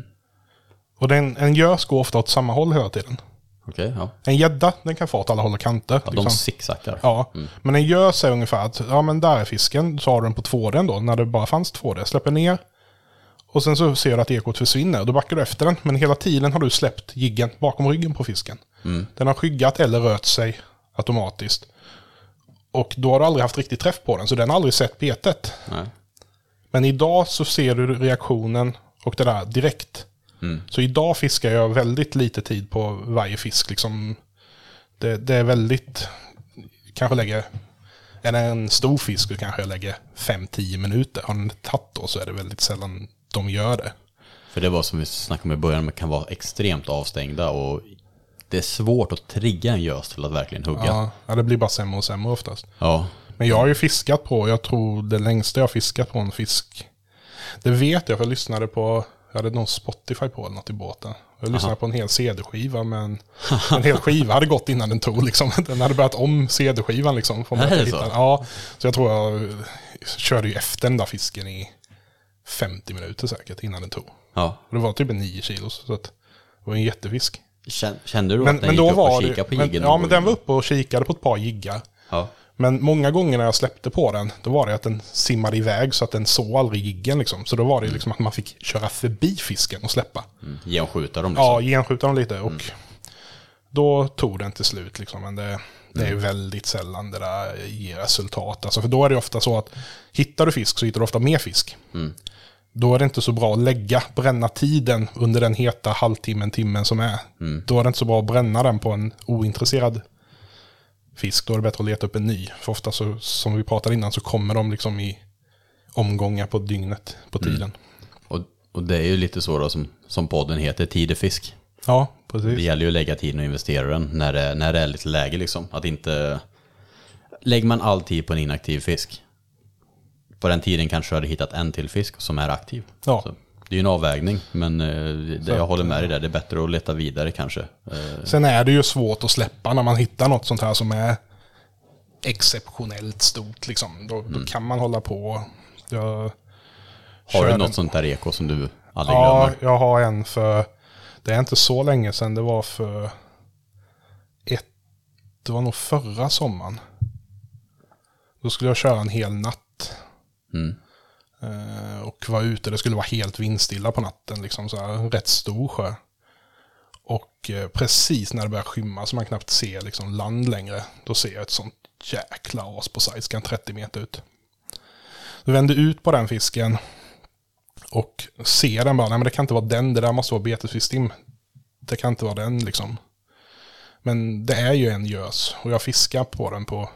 Och den, en gös går ofta åt samma håll hela tiden. Okay, ja. En gädda, den kan få åt alla håll och kanter. Ja, liksom. De zigzaggar. Ja, mm. Men en gös är ungefär att ja, men där är fisken, så har du den på två D då, när det bara fanns två D. Släpper ner och sen så ser du att ekot försvinner och då backar du efter den. Men hela tiden har du släppt jiggen bakom ryggen på fisken. Mm. Den har skyggat eller rört sig automatiskt. Och då har du aldrig haft riktigt träff på den, så den har aldrig sett betet. Nej. Men idag så ser du reaktionen och det där direkt. Mm. Så idag fiskar jag väldigt lite tid på varje fisk. Liksom det, det är väldigt... Kanske lägger... Är det en stor fisk så kanske jag lägger fem till tio minuter. Har den tagit då så är det väldigt sällan de gör det. För det var som vi snackade om i början, man kan vara extremt avstängda och det är svårt att trigga en gös till att verkligen hugga. Ja, det blir bara sämre och sämre oftast. Ja. Men jag har ju fiskat på, jag tror det längsta jag har fiskat på en fisk. Det vet jag för jag lyssnade på, jag hade någon Spotify på eller något i båten. Jag lyssnade Aha. på en hel C D-skiva, men en hel skiva hade gått innan den tog liksom. Den hade börjat om C D-skivan liksom. Får man är det hitta. Så? Ja, så jag tror jag körde ju efter den där fisken i femtio minuter säkert innan den tog. Ja. Och det var typ en nio kilo, så att det var en jättefisk. Kände du men, att den men gick då upp var och kikade på jiggen? Ja, men den var uppe och kikade på ett par jiggar. Ja. Men många gånger när jag släppte på den, då var det att den simmade iväg så att den såg aldrig jiggen liksom. Så då var det liksom att man fick köra förbi fisken och släppa. Mm. Genskjuta dem liksom. Ja, genskjuta dem lite. Och mm. då tog den till slut liksom. Men det, det är ju väldigt sällan det där ger resultat. Alltså, för då är det ofta så att hittar du fisk så hittar du ofta mer fisk. Mm. Då är det inte så bra att lägga, bränna tiden under den heta halvtimmen, timmen som är. Mm. Då är det inte så bra att bränna den på en ointresserad fisk. Då är det bättre att leta upp en ny. För ofta så, som vi pratade innan, så kommer de liksom i omgångar på dygnet på tiden. Mm. Och Och det är ju lite så då som, som podden heter, tid är fisk. Ja, precis. Det gäller ju att lägga tiden och investera den när det, när det är lite läge liksom. Att inte... Lägger man all tid på en inaktiv fisk. På den tiden kanske jag hade hittat en till fisk som är aktiv. Ja. Så det är ju en avvägning, men det, jag håller med dig där. Det är bättre att leta vidare kanske. Sen är det ju svårt att släppa när man hittar något sånt här som är exceptionellt stort. Liksom. Då, mm. då kan man hålla på. Jag har du något en... sånt där eko som du aldrig ja, glömmer? Ja, jag har en för... Det är inte så länge sedan. Det var för... ett... Det var nog förra sommaren. Då skulle jag köra en hel natt. Mm. Uh, och var ute. Det skulle vara helt vindstilla på natten. Liksom så här, rätt stor sjö. Och uh, precis när det börjar skymma så man knappt ser liksom, land längre. Då ser jag ett sånt jäkla as på sajskan trettio meter ut. Då vände ut på den fisken. Och ser den bara. Nej men det kan inte vara den. Det där måste vara betesfiskstim. Det kan inte vara den liksom. Men det är ju en gös. Och jag fiskar på den på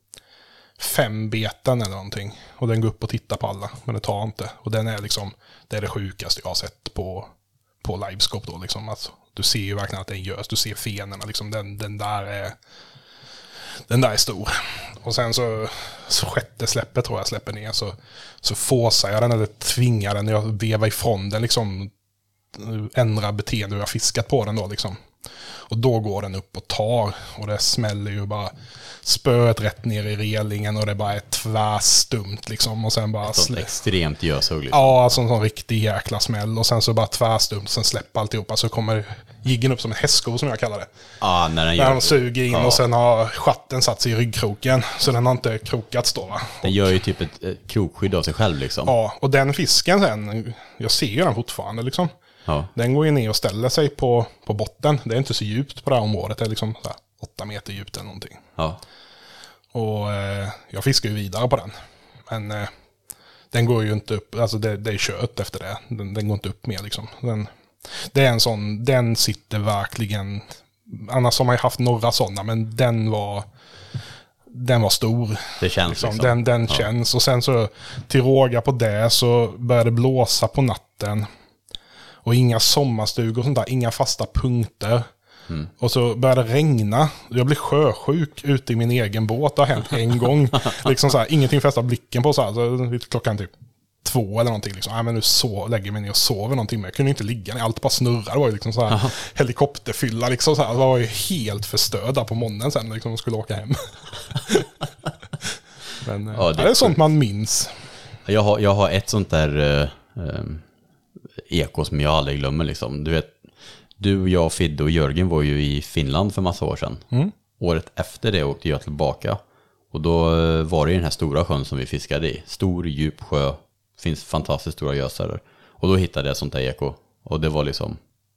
fem beten eller någonting. Och den går upp och tittar på alla. Men det tar inte. Och den är liksom, det är det sjukaste jag har sett på, på livescope då liksom. Alltså, du ser ju verkligen att det är en gös. Du ser fenorna liksom. Den, den där är den där är stor. Och sen så, så sjätte släppet tror jag släpper ner. Så, så fåsar jag den eller tvingar den. Jag vevar ifrån den liksom. Ändrar beteende och jag har fiskat på den då liksom. Och då går den upp och tar. Och det smäller ju bara spöet rätt ner i relingen. Och det bara är tvärstumt liksom. Och sen bara slä... extremt göshugg liksom. Ja, alltså en sån riktig jäkla smäll. Och sen så bara tvärstumt. Sen släpper alltihopa. Så kommer jiggen upp som en hästsko som jag kallar det. Ja, när den, när den suger in. Ja. Och sen har chatten satt sig i ryggkroken. Så den har inte krokats då va. Den gör ju typ ett, ett krokskydd av sig själv liksom. Ja, och den fisken sen. Jag ser ju den fortfarande liksom. Ja. Den går ju ner och ställer sig på, på botten. Det är inte så djupt på det här området. Det är liksom så här åtta meter djupt eller någonting. Ja. Och eh, jag fiskar ju vidare på den. Men eh, den går ju inte upp. Alltså det, det är kött efter det. Den, den går inte upp mer liksom. Den, det är en sån, den sitter verkligen. Annars har man ju haft några sådana. Men den var den var stor. Det känns liksom. liksom. Den, den ja. känns. Och sen så till råga på det så började det blåsa på natten. Och inga sommarstugor och sånt där. Inga fasta punkter. Mm. Och så började det regna. Jag blev sjösjuk ute i min egen båt. Det har hänt en gång. Liksom så här, ingenting fästa blicken på så här. Så klockan typ två eller någonting. Liksom. Nej, men nu så lägger mig ner och sover någonting. Men jag kunde inte ligga ner. Allt bara snurrade. Det var ju liksom så här Aha. helikopterfylla. Liksom så här. Jag var ju helt förstörd på morgonen sen. Liksom skulle åka hem. Men ja, det, är det är sånt man minns. Jag har, jag har ett sånt där... Uh, um... eko som jag aldrig glömmer liksom. Du vet, du, jag, Fidde och Jörgen var ju i Finland för massa år sedan. Mm. Året efter det åkte jag tillbaka. Och då var det den här stora sjön som vi fiskade i. Stor, djup sjö. Finns fantastiskt stora gösar där. Och då hittade jag sånt där eko. Och det var liksom...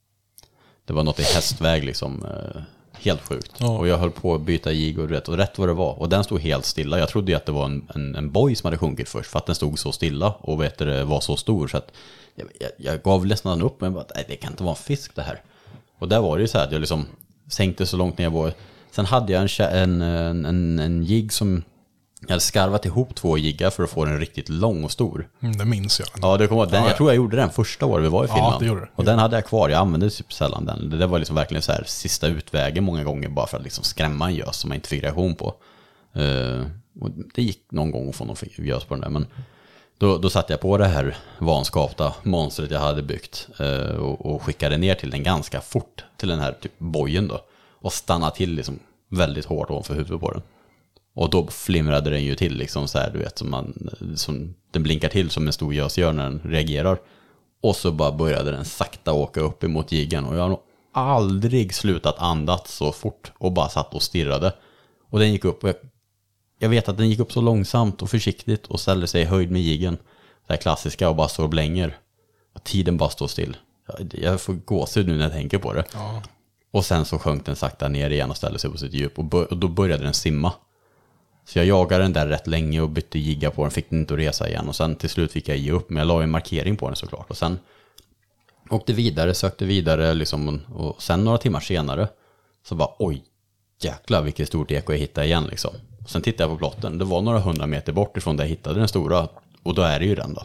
Det var något i hästväg liksom. Eh, helt sjukt. Ja. Och jag höll på att byta jig och rätt. Och rätt vad det var. Och den stod helt stilla. Jag trodde ju att det var en, en, en boj som hade sjunkit först. För att den stod så stilla. Och vet du, var så stor så att... Jag, jag, jag gav nästan upp men bara, nej, det kan inte vara en fisk det här. Och där var det ju så här att jag liksom sänkte så långt ner jag var. Sen hade jag en, en, en, en jigg som jag hade skarvat ihop två jiggar för att få den riktigt lång och stor. Mm, det minns jag. Ja, det kom, den, ja, jag tror jag gjorde den första året vi var i Finland. Ja, det gjorde det. Och den hade jag kvar, jag använde typ sällan den. Det var liksom verkligen så här sista utvägen många gånger bara för att liksom skrämma en gös som man inte fick reaktion på. Uh, och det gick någon gång att få någon gös på den där, men Då, då satte jag på det här vanskapta monstret jag hade byggt eh, och, och skickade ner till den ganska fort till den här typ bojen då. Och stannade till liksom väldigt hårt ovanför huvudet på den. Och då flimrade den ju till liksom så här, du vet, som man, som den blinkar till som en stor gös gör när den reagerar. Och så bara började den sakta åka upp emot jiggen och jag har nog aldrig slutat andas så fort och bara satt och stirrade. Och den gick upp och jag Jag vet att den gick upp så långsamt och försiktigt och ställde sig i höjd med jiggen. Det här klassiska och bara står och blänger. Och tiden bara står still. Jag får gåshud nu när jag tänker på det. Ja. Och sen så sjönk den sakta ner igen och ställde sig på sitt djup. Och, bör- och då började den simma. Så jag jagade den där rätt länge och bytte jigga på den. Fick den inte att resa igen. Och sen till slut fick jag ge upp. Men jag la en markering på den såklart. Och sen åkte vidare, sökte vidare. Liksom, och sen några timmar senare så bara oj, jäklar vilket stort eko jag hittade igen liksom. Sen tittade jag på plotten. Det var några hundra meter bort ifrån där jag hittade den stora. Och då är det ju den då.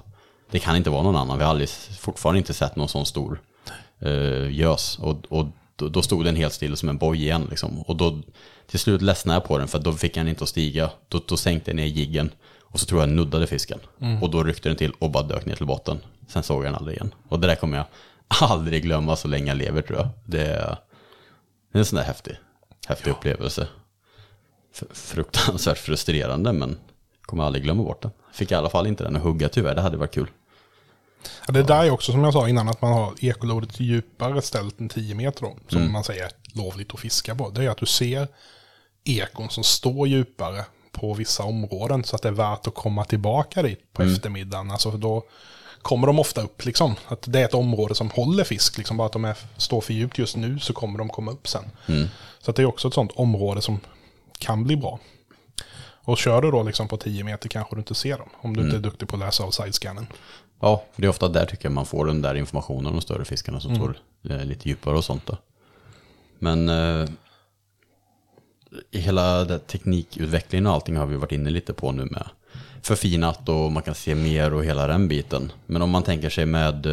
det kan inte vara någon annan. Vi har aldrig, fortfarande inte sett någon sån stor uh, gös. Och, och då, då stod den helt still som en boj igen. Liksom. Och då till slut ledsnade jag på den för då fick han inte att stiga. Då, då sänkte jag ner jiggen och så tror jag nuddade fisken. Mm. Och då ryckte den till och bara dök ner till botten. Sen såg jag den aldrig igen. Och det där kommer jag aldrig glömma så länge jag lever, tror jag. Det är, det är en sån där häftig, häftig ja. upplevelse. F- fruktansvärt frustrerande, men kommer aldrig glömma bort det. Fick i alla fall inte den att hugga tyvärr, det hade varit kul. Ja, det där är också som jag sa innan att man har ekolodet djupare ställt än tio meter då, som mm. man säger lovligt att fiska på. Det är att du ser ekon som står djupare på vissa områden så att det är värt att komma tillbaka dit på mm. eftermiddagen. Alltså då kommer de ofta upp liksom. Att det är ett område som håller fisk. Liksom bara att de är, står för djupt just nu så kommer de komma upp sen. Mm. Så att det är också ett sånt område som kan bli bra. Och kör du då liksom på tio meter kanske du inte ser dem. Om du mm. inte är duktig på att läsa av sidescannen. Ja, det är ofta där tycker jag man får den där informationen om de större fiskarna som mm. står lite djupare och sånt då. Men eh, hela det teknikutvecklingen och allting har vi varit inne lite på nu med förfinat och man kan se mer och hela den biten. Men om man tänker sig med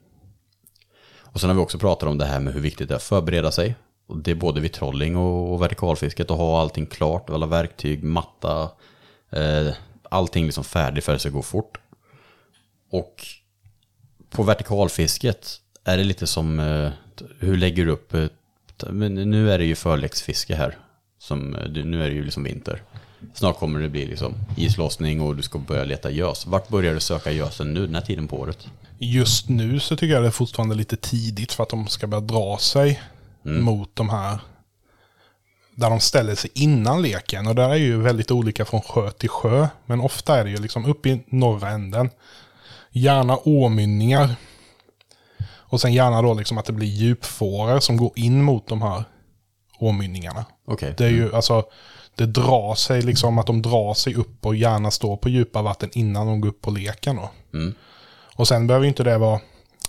och sen har vi också pratat om det här med hur viktigt det är att förbereda sig. Och det är både vid trolling och, och vertikalfisket och ha allting klart, alla verktyg, matta, eh, allting liksom färdigt för att det ska gå fort. Och på vertikalfisket är det lite som eh, hur lägger du upp eh, men nu är det ju förläggsfiske här som nu är det ju liksom vinter. Snart kommer det bli liksom islossning och du ska börja leta gös. Vart börjar du söka gösen nu, den här tiden på året? Just nu så tycker jag det är fortfarande lite tidigt för att de ska börja dra sig mm. mot de här där de ställer sig innan leken. Och där är ju väldigt olika från sjö till sjö. Men ofta är det ju liksom upp i norra änden. Gärna åmynningar. Och sen gärna då liksom att det blir djupfåror som går in mot de här åmynningarna. Okay. Det är ju alltså det drar sig liksom att de drar sig upp och gärna står på djupa vatten innan de går upp på leken då. Mm. Och sen behöver ju inte det vara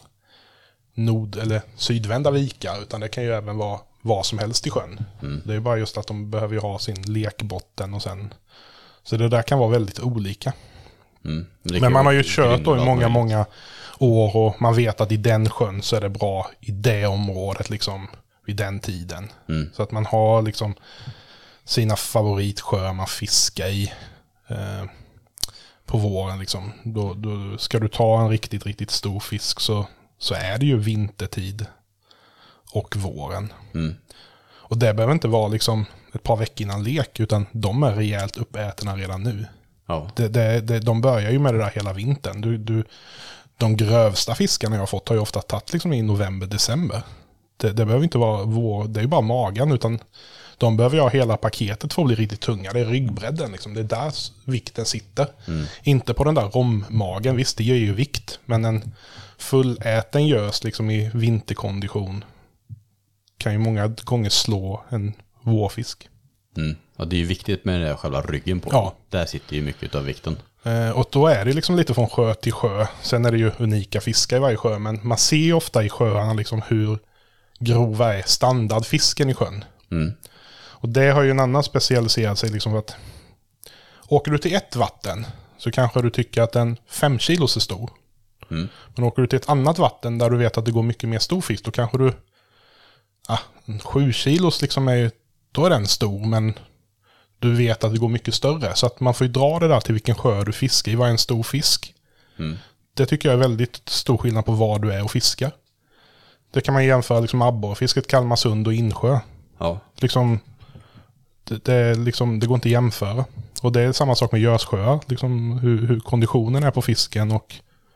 nord- eller sydvända vikar utan det kan ju även vara vad som helst i sjön. Mm. Det är ju bara just att de behöver ju ha sin lekbotten och sen så det där kan vara väldigt olika. Mm. Men man har ju kört då i många, många år och man vet att i den sjön så är det bra i det området liksom vid den tiden. Mm. Så att man har liksom sina favoritsjöar man fiskar i eh, på våren liksom. Då, då ska du ta en riktigt, riktigt stor fisk så, så är det ju vintertid och våren. Mm. Och det behöver inte vara liksom ett par veckor innan lek utan de är rejält uppätna redan nu. Ja. Det, det, det, de börjar ju med det där hela vintern. Du, du, de grövsta fiskarna jag har fått har ju ofta tagit liksom i november, december. Det, det behöver inte vara vår, det är ju bara magen utan de behöver ju ha hela paketet för att bli riktigt tunga. Det är ryggbredden liksom. Det är där vikten sitter. Mm. Inte på den där rommagen. Visst, det ger ju vikt. Men en fulläten görs liksom i vinterkondition kan ju många gånger slå en vårfisk. Mm. Ja, det är ju viktigt med det själva ryggen på. Ja. Där sitter ju mycket av vikten. Eh, och då är det liksom lite från sjö till sjö. Sen är det ju unika fiskar i varje sjö. Men man ser ju ofta i sjöarna liksom hur grova är standardfisken i sjön. Mm. Och det har ju en annan specialiserat sig liksom för att åker du till ett vatten så kanske du tycker att en fem kilos är stor. Mm. Men åker du till ett annat vatten där du vet att det går mycket mer stor fisk då kanske du ah, en sju kilos liksom är då är den stor men du vet att det går mycket större. Så att man får ju dra det där till vilken sjö du fiskar i. Vad är en stor fisk? Mm. Det tycker jag är väldigt stor skillnad på var du är och fiskar. Det kan man jämföra liksom abborrfisket, Kalmarsund och insjö. Ja. Liksom, det, det, liksom, det går inte att jämföra. Och det är samma sak med görsjöar. Liksom hur, hur konditionen är på fisken och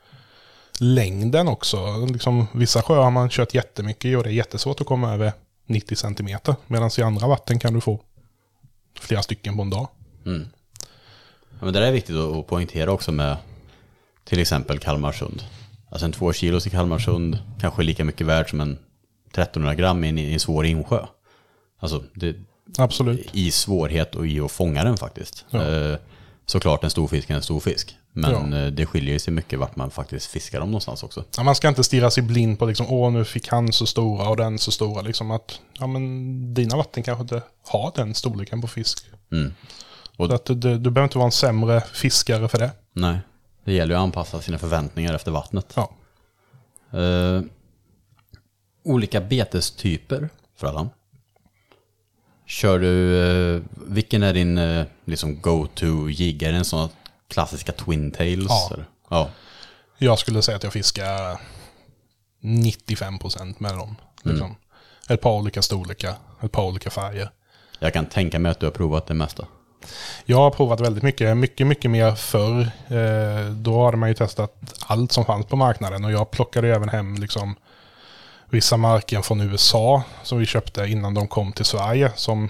längden också. Liksom, vissa sjöar har man kört jättemycket i och det är jättesvårt att komma över nittio centimeter. Medan i andra vatten kan du få flera stycken på en dag. Mm. Ja, men det är viktigt att poängtera också med till exempel Kalmarsund. Alltså en två kilos i Kalmarsund kanske är lika mycket värd som en trettonhundra gram i en, i en svår insjö. Alltså det, absolut. I svårhet och i att fånga den faktiskt. Ja. Eh, såklart en stor fisk är en stor fisk. Men ja. Det skiljer sig mycket vart man faktiskt fiskar dem någonstans också. Ja, man ska inte stirra sig blind på liksom, åh nu fick han så stora och den så stora. Liksom att, ja men dina vatten kanske inte har den storleken på fisk. Mm. Och så att du, du behöver inte vara en sämre fiskare för det. Nej. Det gäller ju att anpassa sina förväntningar efter vattnet. Ja. Uh, olika betestyper för alla. Kör du, uh, vilken är din uh, liksom go-to-jigg? Är det en sån klassiska twin tails? Ja. Eller? Ja. Jag skulle säga att jag fiskar nittiofem procent med dem. Liksom. Mm. Ett par olika storlekar, ett par olika färger. Jag kan tänka mig att du har provat det mesta. Jag har provat väldigt mycket, mycket, mycket mer förr. Eh, då hade man ju testat allt som fanns på marknaden och jag plockade även hem liksom vissa märken från U S A som vi köpte innan de kom till Sverige, som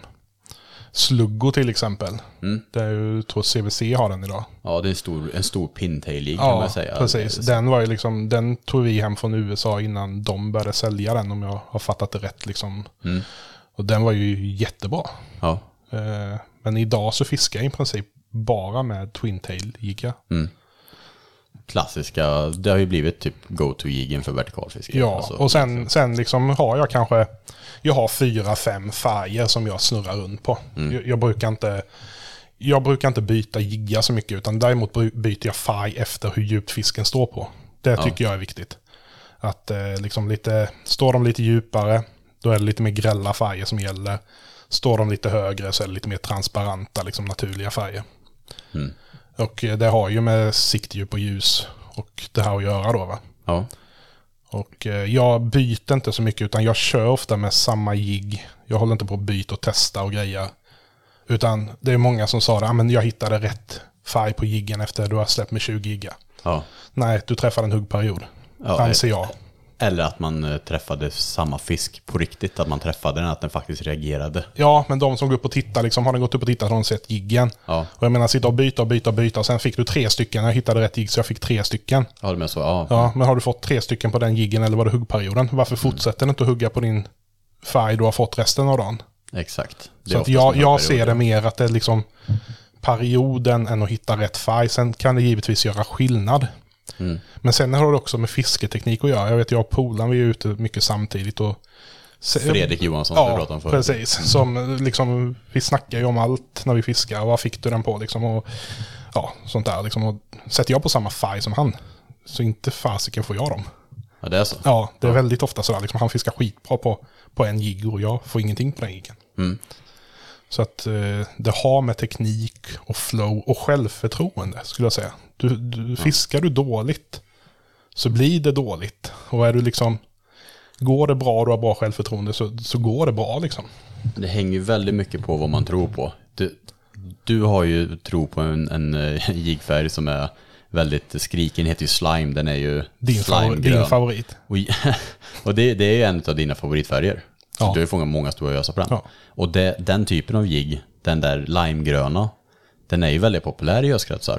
Sluggo till exempel. Mm. Det är ju, jag tror C V C har den idag. Ja, det är en stor, en stor pintail kan ja, man säga. Precis. Den var ju liksom, den tog vi hem från U S A innan de började sälja den, om jag har fattat det rätt liksom. Mm. Och den var ju jättebra. Ja. Eh, men idag så fiskar jag i princip bara med twin tail jiggar. Mm. Klassiska, det har ju blivit typ go-to-jiggen för vertikalfiske. Ja, alltså, och sen, sen liksom har jag kanske, jag har fyra, fem färger som jag snurrar runt på. Mm. Jag, jag brukar inte jag brukar inte byta jiggar så mycket, utan däremot byter jag färg efter hur djupt fisken står på. Det ja. tycker jag är viktigt. Att eh, liksom lite, står de lite djupare, då är det lite mer grälla färger som gäller. Står de lite högre så är det lite mer transparenta, liksom naturliga färger. Mm. Och det har ju med siktdjup och ljus och det här att göra då, va? Ja. Och eh, jag byter inte så mycket, utan jag kör ofta med samma jigg. Jag håller inte på att byta och testa och grejer. Utan det är många som sa att ah, men jag hittade rätt färg på jiggen efter att du har släppt med tjugo giggar. Ja. Nej, du träffade en huggperiod. Ja, anser jag. Eller att man träffade samma fisk på riktigt, att man träffade den, att den faktiskt reagerade. Ja, men de som går upp och tittar, liksom, har den gått upp och tittat har de sett jiggen. Ja. Och jag menar, sitta och byta och byta och byta, och sen fick du tre stycken. Jag hittade rätt jigg så jag fick tre stycken. Ja, men så, ja. Ja, men har du fått tre stycken på den jiggen eller var det huggperioden? Varför mm. fortsätter den inte att hugga på din färg du har fått resten av dagen? Exakt. Så att jag, jag ser det mer att det är liksom perioden än att hitta rätt färg. Sen kan det givetvis göra skillnad. Mm. Men sen har det också med fisketeknik att göra. Jag vet, jag och Polan, vi är ute mycket samtidigt. Och Fredrik Johansson, ja, som vi pratade om förut. Precis. Som liksom, vi snackar ju om allt när vi fiskar. Vad fick du den på liksom? Och ja, sånt där liksom. Och sätter jag på samma färg som han, så inte fasiken får jag dem. Ja, det är så. Ja, det är ja. väldigt ofta sådär. Liksom, han fiskar skitbra på, på en jigg och jag får ingenting på den jiggen. Mm. Så att eh, det har med teknik och flow och självförtroende, skulle jag säga. Du, du, ja. Fiskar du dåligt så blir det dåligt. Och är du liksom, går det bra och du har bra självförtroende, så, så går det bra liksom. Det hänger ju väldigt mycket på vad man tror på. Du, du har ju tro på en, en jiggfärg som är väldigt skriken, heter ju slime. Den är ju din, favor- din favorit. Och, och det, det är ju en av dina favoritfärger. Så ja. Du har ju fångat många stora ösa på den. Ja. Och det, den typen av jigg, den där limegröna, den är ju väldigt populär i öskretsar.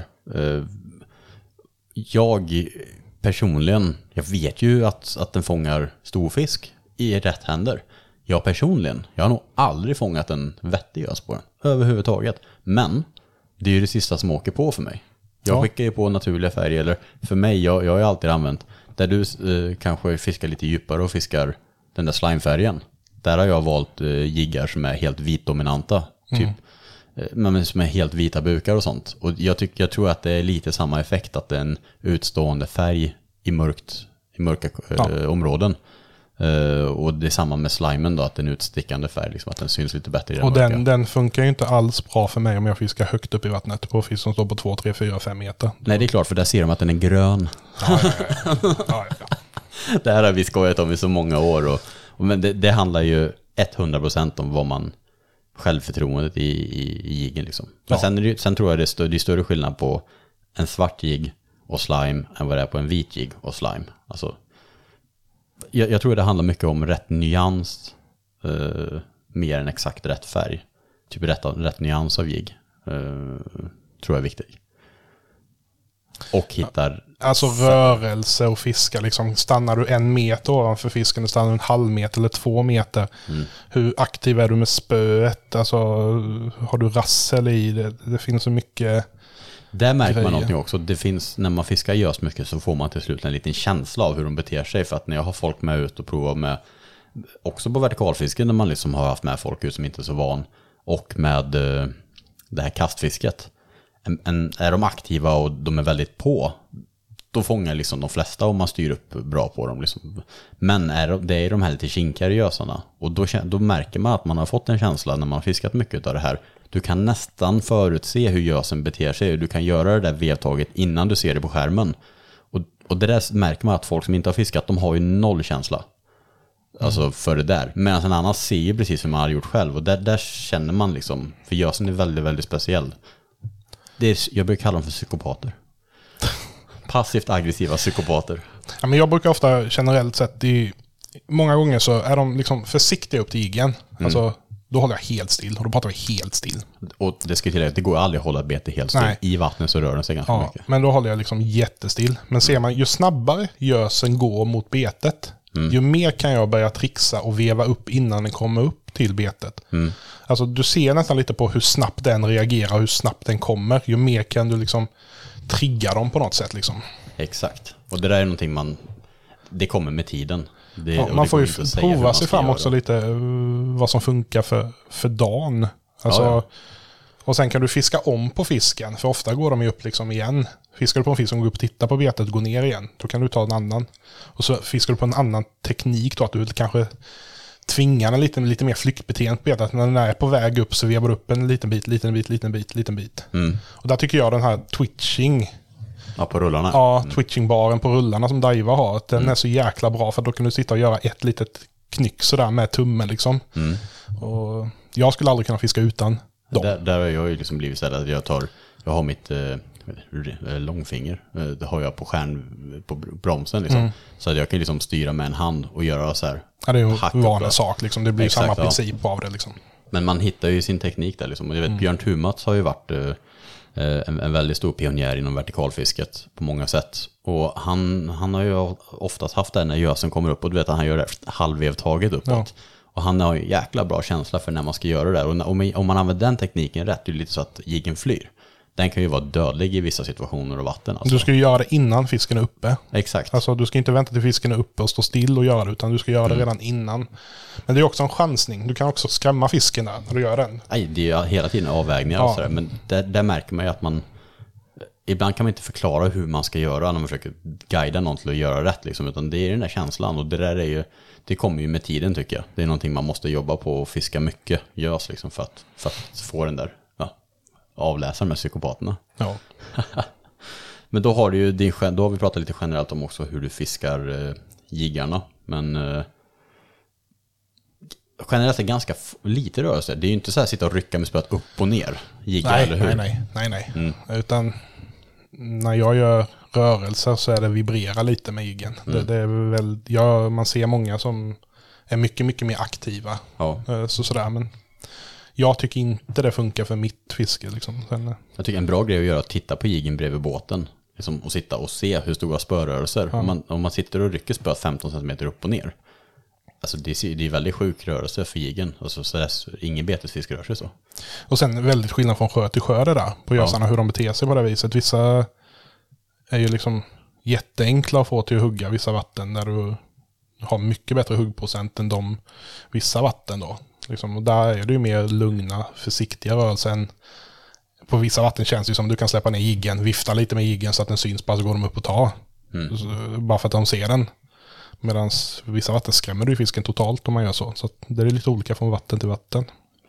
Jag personligen, jag vet ju att, att den fångar stor fisk i rätt händer. Jag personligen, jag har nog aldrig fångat en vettig ös på den överhuvudtaget. Men det är ju det sista som åker på för mig. Jag ja. skickar ju på naturliga färger, eller för mig, jag, jag har ju alltid använt, där du eh, kanske fiskar lite djupare och fiskar den där slimefärgen. Där har jag valt eh, jiggar som är helt vitdominanta, typ. Mm. Men som är helt vita bukar och sånt. Och jag, tycker, jag tror att det är lite samma effekt, att det är en utstående färg i, mörkt, i mörka ja. eh, områden. Uh, och det är samma med slimen då, att det är en utstickande färg, liksom, att den syns lite bättre i den. Och den, den funkar ju inte alls bra för mig om jag fiskar högt upp i vattnet på fisk som står på två, tre, fyra, fem meter. Nej, det är klart, för där ser de att den är grön. Ja, ja, ja. ja, ja. Det här har vi skojat om i så många år. Och, och, men det, det handlar ju hundra procent om vad man självförtroendet i, i, i jiggen liksom. Men ja. sen, är det, sen tror jag det är, större, det är större skillnad på en svart jigg och slime än vad det är på en vit jigg och slime. Alltså, jag, jag tror det handlar mycket om rätt nyans, eh, mer än exakt rätt färg. Typ rätt, rätt nyans av jigg, eh, tror jag är viktigt. Och hittar... Alltså rörelse och fiska, liksom, stannar du en meter ovanför fisken, du stannar en halv meter eller två meter. Mm. Hur aktiv är du med spöet? Alltså, har du rassel i det? Det finns så mycket... Där märker grejer. Man någonting också. Det finns, när man fiskar görs mycket, så får man till slut en liten känsla av hur de beter sig. För att när jag har folk med ut och provar med, också på vertikalfisken, när man liksom har haft med folk ut som inte är så van, och med uh, det här kastfisket. en, en, är de aktiva och de är väldigt på, då fångar liksom de flesta om man styr upp bra på dem. Liksom. Men är det, det är de här lite kinkigare gösarna. Och då, då märker man att man har fått en känsla när man har fiskat mycket av det här. Du kan nästan förutse hur gösen beter sig. Du kan göra det där vevtaget innan du ser det på skärmen. Och, och det där märker man att folk som inte har fiskat, de har ju noll känsla. Alltså mm. för det där. Medan en annan ser ju precis hur man har gjort själv. Och där, där känner man liksom, för gösen är väldigt, väldigt speciell. Det är, jag brukar kalla dem för psykopater. Passivt aggressiva psykopater. Ja, men jag brukar ofta generellt sett, i, många gånger så är de liksom försiktiga upp till jiggen. Mm. Alltså, då håller jag helt still. Och då pratar vi helt still. Och det ska tillägga att det går aldrig att hålla bete helt still. Nej. I vattnet så rör den sig ganska ja, mycket. Men då håller jag liksom jättestill. Men ser man, ju snabbare gösen går mot betet, mm. ju mer kan jag börja trixa och veva upp innan den kommer upp till betet. Mm. Alltså du ser nästan lite på hur snabbt den reagerar, hur snabbt den kommer. Ju mer kan du liksom trigga dem på något sätt liksom. Exakt. Och det där är någonting man, det kommer med tiden. Det, ja, man får ju prova sig fram också lite uh, vad som funkar för, för dagen. Alltså, ja, ja. Och sen kan du fiska om på fisken, för ofta går de ju upp liksom igen. Fiskar du på en fisk som går upp och tittar på betet och går ner igen, då kan du ta en annan. Och så fiskar du på en annan teknik då, att du kanske tvingar den lite, lite mer flyktbeteende på betet. När den är på väg upp så vevar du upp en liten bit, liten bit, liten bit, liten bit. Mm. Och där tycker jag den här twitching... Ja, på rullarna. Ja, mm. twitching-baren på rullarna som Daiwa har. Den mm. är så jäkla bra, för då kan du sitta och göra ett litet knyck sådär med tummen liksom. Mm. Och jag skulle aldrig kunna fiska utan dem. Där, där har jag ju liksom blivit så att jag tar, jag har mitt eh, långfinger, det har jag på skärn, på bromsen liksom. Mm. Så att jag kan liksom styra med en hand och göra så här. Ja, det är ju en vanlig sak liksom. Det blir exakt, samma princip ja. Av det liksom. Men man hittar ju sin teknik där liksom. Och jag vet, mm. Björn Thumats har ju varit eh, En, en väldigt stor pionjär inom vertikalfisket på många sätt. Och han, han har ju oftast haft det när gösen kommer upp och du vet att han gör det halvvevtaget uppåt. Ja. Och han har ju jäkla bra känsla för när man ska göra det där. Och om, om man använder den tekniken rätt, det är lite så att jiggen flyr. Den kan ju vara dödlig i vissa situationer och vatten. Alltså. Du ska ju göra det innan fisken är uppe. Exakt. Alltså du ska inte vänta till fisken är uppe och stå still och göra det, utan du ska göra mm. det redan innan. Men det är också en chansning. Du kan också skrämma fisken där när du gör den. Nej, det är hela tiden avvägningar ja. Och sådär. Men där, där märker man ju att man... Ibland kan man inte förklara hur man ska göra när man försöker guida någon till att göra rätt. Liksom, utan det är den där känslan. Och det där är ju... Det kommer ju med tiden tycker jag. Det är någonting man måste jobba på och fiska mycket görs liksom, för, att, för att få den där... avläsaren med psykopaterna. Ja. Men då har du ju din, då har vi pratat lite generellt om också hur du fiskar eh, jiggarna, men eh, generellt är ganska f- lite rörelse. Det är ju inte så här sitta och rycka med spöet upp och ner jiggar, nej, eller hur? Nej, nej, nej, nej. Mm. Utan när jag gör rörelser så är det vibrera lite med jiggen. Mm. Det, det är väl, ja, man ser många som är mycket, mycket mer aktiva. Ja. Så sådär, men jag tycker inte det funkar för mitt fiske. Liksom. Sen, jag tycker en bra grej att göra är att titta på jiggen bredvid båten. Liksom, och sitta och se hur stora spörrörelser. Ja. Om, man, om man sitter och rycker spöet femton centimeter upp och ner. Alltså det är, det är väldigt sjuk rörelse för jiggen. Alltså, så det är ingen betesfisk rör sig så. Och sen väldigt skillnad från sjö till sjö det där. På gösarna, ja. Hur de beter sig på det viset. Vissa är ju liksom jätteenkla att få till att hugga vissa vatten. Där du har mycket bättre huggprocent än de vissa vatten då. Liksom, och där är det ju mer lugna, försiktiga rörelser än på vissa vatten känns det som du kan släppa ner jiggen, vifta lite med jiggen så att den syns, bara så går de upp och tar. Mm. Så, bara för att de ser den. Medan vissa vatten skrämmer du fisken totalt om man gör så. Så det är lite olika från vatten till vatten.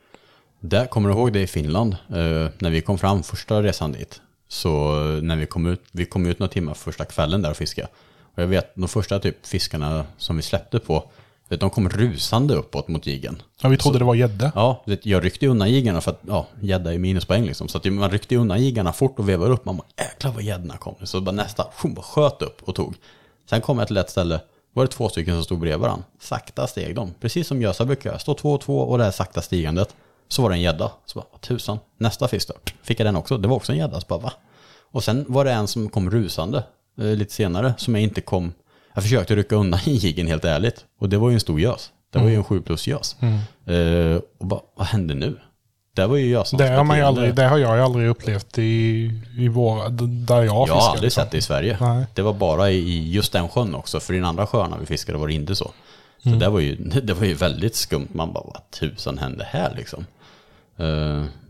Där kommer du ihåg det i Finland, eh, när vi kom fram första resan dit. Så när vi kom ut, vi kom ut några timmar första kvällen där och fiska. Och jag vet, de första typ fiskarna som vi släppte på, de kom rusande uppåt mot jiggen. Ja, vi trodde så, det var gädda. Ja, jag ryckte undan jiggarna för att ja, gädda är minuspoäng liksom. Så att man ryckte undan jiggarna fort och vevade upp. Man bara, äklar vad gäddorna kom. Så bara nästa, sjum, bara sköt upp och tog. Sen kom jag till ett ställe, var det två stycken som stod bredvid varandra. Sakta steg de. Precis som gösar brukar. Stå två och två och det här sakta stigandet. Så var det en gädda. Så bara, tusan. Nästa fisk då. Fick jag den också. Det var också en gädda. Så bara, va? Och sen var det en som kom rusande eh, lite senare. Som jag inte kom... Jag försökte rycka undan jiggen helt ärligt. Och det var ju en stor gös. Det var ju en sju plus gös. Mm. Uh, och bara, vad hände nu? Det var ju gös. Det har, man ju aldrig, det har jag aldrig upplevt i, i våra, där jag fiskar. Jag har aldrig liksom. sett det i Sverige. Nej. Det var bara i just den sjön också. För i den andra sjöarna vi fiskade var det inte så. Så mm. det, var ju, det var ju väldigt skumt. Man bara, vad tusan hände här liksom? Uh,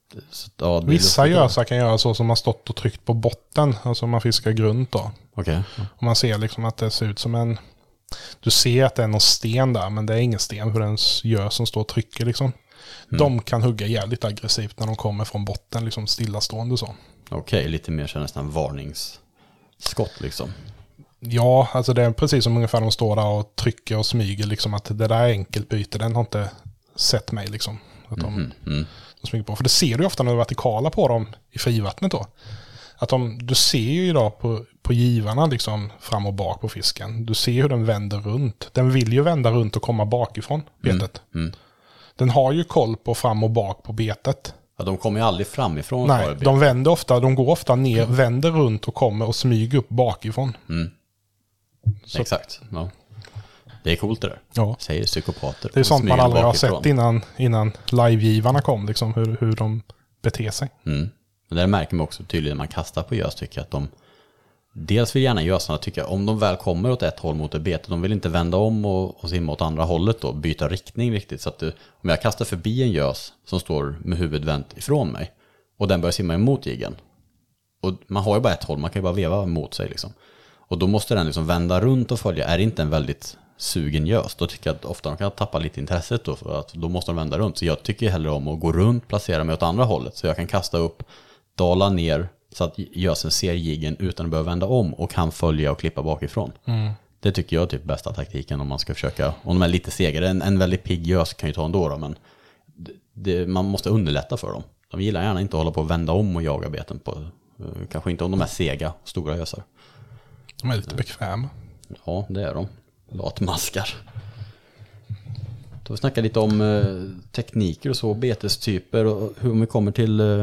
Så, ja, vissa gösar kan göra så som man stått och tryckt på botten. Alltså man fiskar grunt då. Okej. Okay. Och man ser liksom att det ser ut som en... Du ser att det är någon sten där, men det är ingen sten för den gör som står och trycker liksom. Mm. De kan hugga jävligt aggressivt när de kommer från botten, liksom stillastående så. Okej, okay, lite mer så nästan varningsskott liksom. Ja, alltså det är precis som ungefär de står där och trycker och smyger liksom, att det där är enkelt byte, den har inte sett mig liksom. Att de, mm, mm. de smyger på. För det ser du ofta när du är vertikala på dem i frivattnet då. Att de, du ser ju idag på, på givarna liksom fram och bak på fisken. Du ser hur den vänder runt. Den vill ju vända runt och komma bakifrån betet. Mm, mm. Den har ju koll på fram och bak på betet. Ja, de kommer ju aldrig framifrån. Nej, de vänder ofta, de går ofta ner, mm. vänder runt och kommer och smyger upp bakifrån. Mm. Exakt, ja. Det är coolt det där. Ja. Säger psykopater. Det är sånt man aldrig bakifrån. har sett innan, innan livegivarna kom, liksom, hur, hur de beter sig. Mm. Men där märker man också tydligt när man kastar på gös, tycker jag att de dels vill gärna gösarna tycker jag, om de väl kommer åt ett håll mot ett bete, de vill inte vända om och, och simma åt andra hållet då, byta riktning riktigt. Så att du, om jag kastar förbi en gös som står med huvudet vänt ifrån mig och den börjar simma emot jiggen, och man har ju bara ett håll, man kan ju bara veva mot sig liksom. Och då måste den liksom vända runt och följa. Är det inte en väldigt sugen gös, då tycker jag att ofta de kan tappa lite intresset då, för att då måste de vända runt. Så jag tycker hellre om att gå runt, placera mig åt andra hållet, så jag kan kasta upp, dala ner så att gösen ser jiggen utan att behöva vända om och kan följa och klippa bakifrån. Mm. Det tycker jag är typ bästa taktiken om man ska försöka, om de är lite segare. En, en väldigt pigg gös kan ju ta ändå då, men det, det, man måste underlätta för dem. De gillar gärna inte att hålla på och vända om och jaga beten på, kanske inte om de är sega, stora gösar. De är lite bekväma. Ja, det är de. Latmaskar. Då vi snackar lite om eh, tekniker och så, betestyper och hur vi kommer till eh,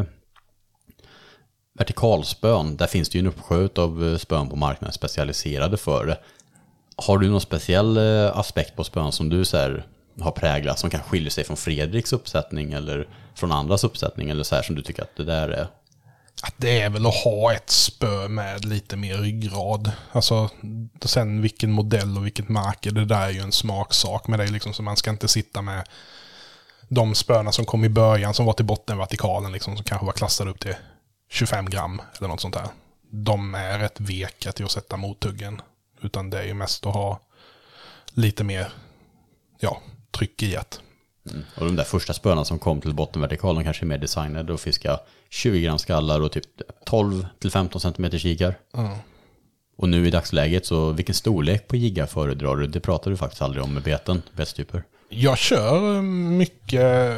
vertikalspön. Där finns det ju en uppsjö av spön på marknaden specialiserade för det. Har du någon speciell eh, aspekt på spön som du så här, har präglat, som kan skilja sig från Fredriks uppsättning eller från andras uppsättning, eller så här som du tycker att det där är? Att det är väl att ha ett spö med lite mer ryggrad. Alltså, sen vilken modell och vilket märke, det där är ju en smaksak med det liksom, så man ska inte sitta med de spöna som kom i början som var till bottenvertikalen liksom, som kanske var klassade upp till tjugofem gram eller något sånt där. De är rätt veka till att sätta mottuggen, utan det är ju mest att ha lite mer, ja, tryck i ett. Mm. Och de där första spöna som kom till bottenvertikalen kanske är mer designade och fiska tjugo gram skallar och typ tolv till femton centimeter kikar. Mm. Och nu i dagsläget, så vilken storlek på jiggar föredrar du? Det pratar du faktiskt aldrig om med beten, betstyper. Jag kör mycket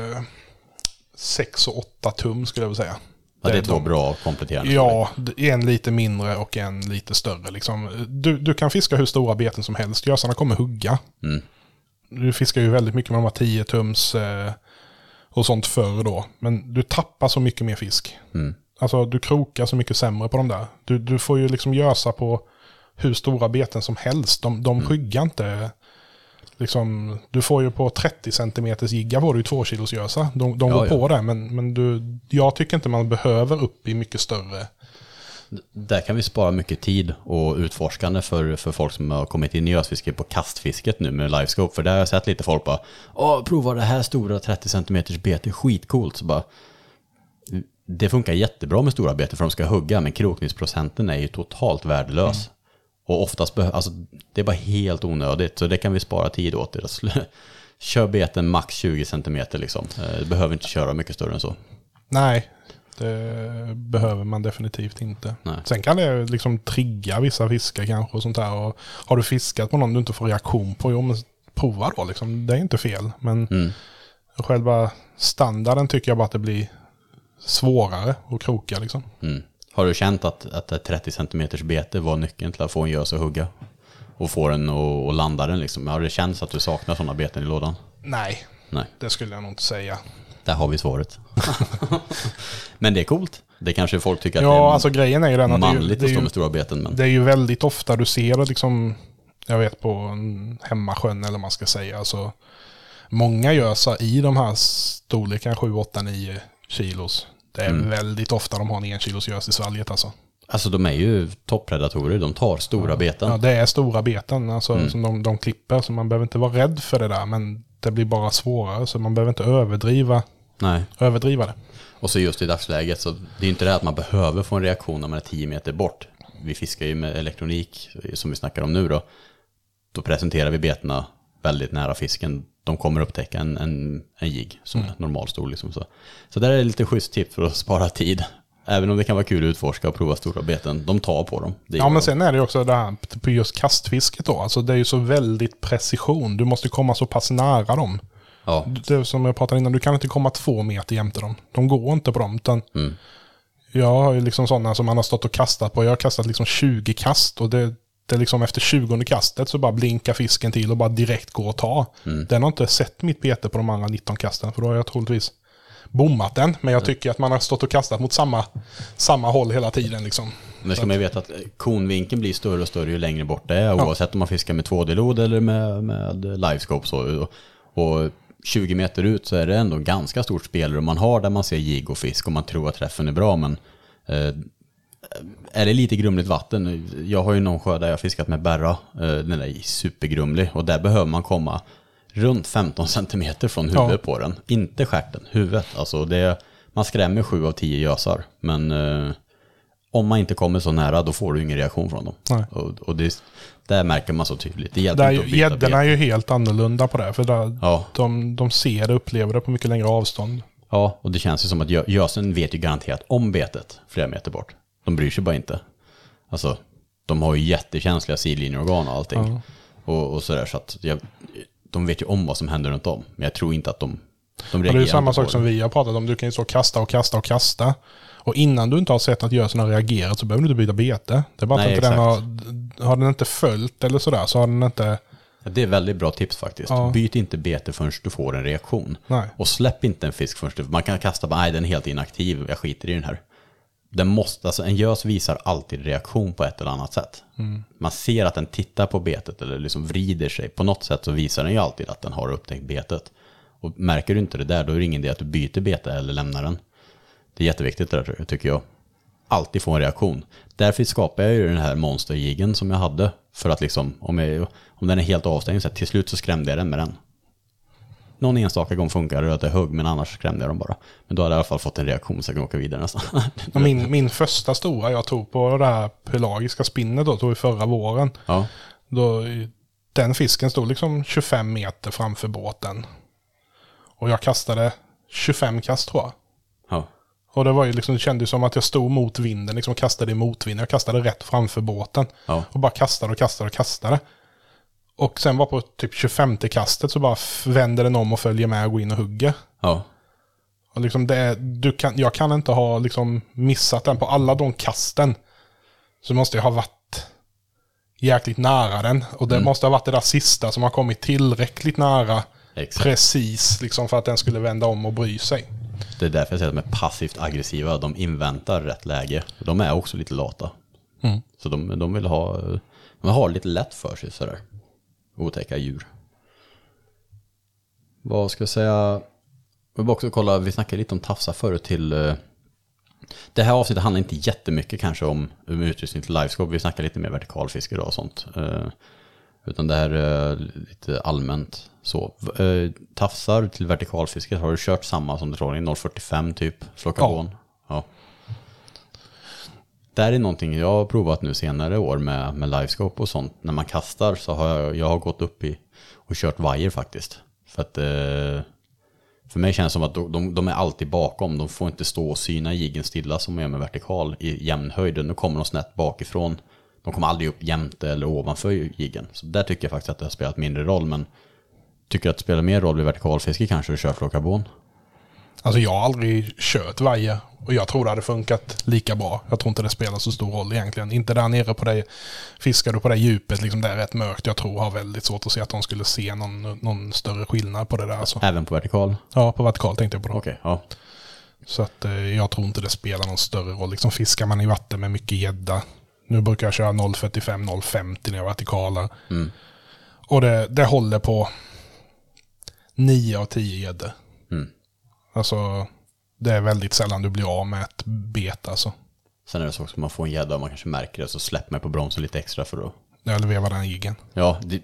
sex och åtta tum skulle jag vilja säga. Ja, det är två bra kompletterande. Ja, en lite mindre och en lite större. Liksom. Du, du kan fiska hur stora beten som helst. Gösarna kommer hugga. Mm. Du fiskar ju väldigt mycket med de här tio tums eh, och sånt förr då. Men du tappar så mycket mer fisk. Mm. Alltså du krokar så mycket sämre på de där. Du, du får ju liksom gösa på hur stora beten som helst. De, de mm. skyggar inte. Liksom, du får ju på trettio centimeters jiggar får du ju två kilos gösa. De, de ja, går ja. på det. Men, men du, jag tycker inte man behöver upp i mycket större. Där kan vi spara mycket tid och utforskande för, för folk som har kommit in i gösfiske på kastfisket nu med livescope. För där har jag sett lite folk bara, åh, prova det här stora trettio centimeters bete, skitcoolt. Så bara, det funkar jättebra med stora bete för de ska hugga, men krokningsprocenten är ju totalt värdelös. Mm. Och oftast, be- alltså, det är bara helt onödigt, så det kan vi spara tid åt. Det. Kör beten max tjugo centimeter liksom. Du behöver inte köra mycket större än så. Nej, det behöver man definitivt inte. Nej. Sen kan det liksom trigga vissa fiskar kanske och sånt där. Och har du fiskat på någon du inte får reaktion på, jo, men prova då liksom. Det är inte fel. Men mm. själva standarden tycker jag bara att det blir svårare att kroka liksom. Mm. Har du känt att, att ett trettio centimeters bete var nyckeln till att få en gös att hugga? Och få den och, och landa den liksom? Har det känts att du saknar sådana beten i lådan? Nej, Nej, det skulle jag nog inte säga. Där har vi svaret. Men det är coolt. Det kanske folk tycker att ja, det är alltså grejen är ju den att manligt det är ju, att stå med stora beten. Men... det är ju väldigt ofta du ser det liksom, jag vet på en hemmasjön eller man ska säga. Alltså, många gösar i de här storleken sju, åtta, nio kilos. Det är mm. väldigt ofta de har en en kilos gös i svalget alltså. Alltså de är ju toppredatorer, de tar stora ja. beten. Ja, det är stora beten alltså, mm. som de, de klipper, så man behöver inte vara rädd för det där, men det blir bara svårare, så man behöver inte överdriva Nej. överdriva det. Och så just i dagsläget så det är inte det att man behöver få en reaktion när man är tio meter bort. Vi fiskar ju med elektronik som vi snackar om nu då. Då presenterar vi betena väldigt nära fisken. De kommer upptäcka en, en, en jigg som mm. är normalstor. Liksom så. Så där är det lite schysst tips för att spara tid. Även om det kan vara kul att utforska och prova stora beten. De tar på dem. Ja, men de. Sen är det också det här på just kastfisket då. Alltså det är ju så väldigt precision. Du måste komma så pass nära dem. Ja. Det som jag pratade innan, du kan inte komma två meter jämte dem. De går inte på dem. Utan mm. jag har ju liksom sådana som man har stått och kastat på. Jag har kastat liksom tjugo kast och det, det är liksom efter tjugonde kastet så bara blinkar fisken till och bara direkt går och ta. Mm. Den har inte sett mitt bete på de andra nitton kasten, för då har jag troligtvis bommat den. Men jag tycker att man har stått och kastat mot samma, samma håll hela tiden. Liksom. Men ska man ju veta att konvinkeln blir större och större ju längre bort det är. Oavsett ja. om man fiskar med två D-lod eller med, med livescope. Så, och, och tjugo meter ut så är det ändå ganska stort spelrum man har där man ser jigg och fisk och man tror att träffen är bra. Men eh, är det lite grumligt vatten? Jag har ju någon sjö där jag fiskat med berra. Eh, den är supergrumlig och där behöver man komma runt femton centimeter från huvudet ja. på den. Inte stjärten, huvudet. Alltså det, man skrämmer sju av tio gösar. Men eh, om man inte kommer så nära då får du ingen reaktion från dem. Nej. Och, och det, där märker man så tydligt. Det hjälper där, inte att byta gäddorna är ju helt annorlunda på det. För där, ja. de, de ser det och upplever det på mycket längre avstånd. Ja, och det känns ju som att gö- gösen vet ju garanterat om betet flera meter bort. De bryr sig bara inte. Alltså, de har ju jättekänsliga sidlinjeorgan och allting. Ja. Och, och sådär, så att jag, de vet ju om vad som händer runt om. Men jag tror inte att de, de reagerar. Det är ju samma sak som vi har pratat om. Du kan ju så kasta och kasta och kasta. Och innan du inte har sett att gösen har reagerat så behöver du inte byta bete. Det är bara Nej, att den har, har den inte följt eller sådär så har den inte... Ja, det är väldigt bra tips faktiskt. Ja. Byt inte bete förrän du får en reaktion. Nej. Och släpp inte en fisk förrän du... Man kan kasta bara, nej den är helt inaktiv, jag skiter i den här. Den måste, alltså en gös visar alltid reaktion på ett eller annat sätt. Mm. Man ser att den tittar på betet eller liksom vrider sig. På något sätt så visar den ju alltid att den har upptäckt betet. Och märker du inte det där, då är det ingen idé att du byter bete eller lämnar den. Det är jätteviktigt det där, tycker jag. Alltid få en reaktion. Därför skapar jag ju den här monsterjiggen som jag hade. För att liksom, om, jag, om den är helt avstängd, så till slut så skrämde jag den med den. Någon enstaka gång funkar det att det högg, men annars skrämde jag dem bara. Men då hade jag i alla fall fått en reaktion så jag kan åka vidare nästan. min, min första stora jag tog på det här pelagiska spinnet då, tog i förra våren. Ja. Då, den fisken stod liksom tjugofem meter framför båten. Och jag kastade tjugofem kast tror jag. Ja. Och det var ju liksom, det kändes som att jag stod mot vinden, liksom kastade i motvinden. Jag kastade rätt framför båten. Ja. Och bara kastade och kastade och kastade. Och sen var på typ tjugofemte kastet så bara vänder den om och följer med och går in och hugger. Ja. Och liksom det, du kan, jag kan inte ha liksom missat den på alla de kasten. Så måste jag ha varit jäkligt nära den. Och det mm. måste ha varit det där sista som har kommit tillräckligt nära. Exakt. Precis liksom för att den skulle vända om och bry sig. Det är därför jag säger att de är passivt aggressiva. De inväntar rätt läge. De är också lite lata. Mm. Så de, de vill ha de har lite lätt för sig sådär. Otäcka djur. Vad ska jag säga? Vi vill också kolla, vi snackade lite om tafsa förut till... Uh, det här avsnittet handlar inte jättemycket kanske om, om utrustning till livescope. Vi snackar lite mer vertikalfiske då och sånt. Uh, utan det här är uh, lite allmänt så. Uh, tafsar till vertikalfisket, har du kört samma som trålning? noll komma fyrtiofem typ, flocarbon? Ja. ja. Det är någonting jag har provat nu senare år med, med livescope och sånt. När man kastar så har jag, jag har gått upp i och kört vajer faktiskt. För att uh, för mig känns det som att de, de, de är alltid bakom. De får inte stå och syna jiggen stilla som man gör med vertikal i jämn höjd. Nu kommer de snett bakifrån. De kommer aldrig upp jämte eller ovanför jiggen. Så där tycker jag faktiskt att det har spelat mindre roll. Men tycker att det spelar mer roll vid vertikalfiske kanske att köra flocarbon? Alltså jag har aldrig kört vajer. Och jag tror det hade funkat lika bra. Jag tror inte det spelar så stor roll egentligen. Inte där nere på det, fiskar du på det djupet, liksom det är rätt mörkt. Jag tror har väldigt svårt att se att de skulle se någon, någon större skillnad på det där. Alltså. Även på vertikal? Ja, på vertikal tänkte jag på det. Okej, okay, ja. Så att eh, jag tror inte det spelar någon större roll. Liksom fiskar man i vatten med mycket gädda. Nu brukar jag köra noll komma fyrtiofem noll komma femtio när jag vertikalar. Mm. Och det, det håller på nio av tio gäddor. Mm. Alltså... Det är väldigt sällan du blir av med ett bet alltså. Sen är det så också att man får en gädda och man kanske märker det så släpper man på bromsen lite extra för att... Eller veva den jiggen. Ja, det, det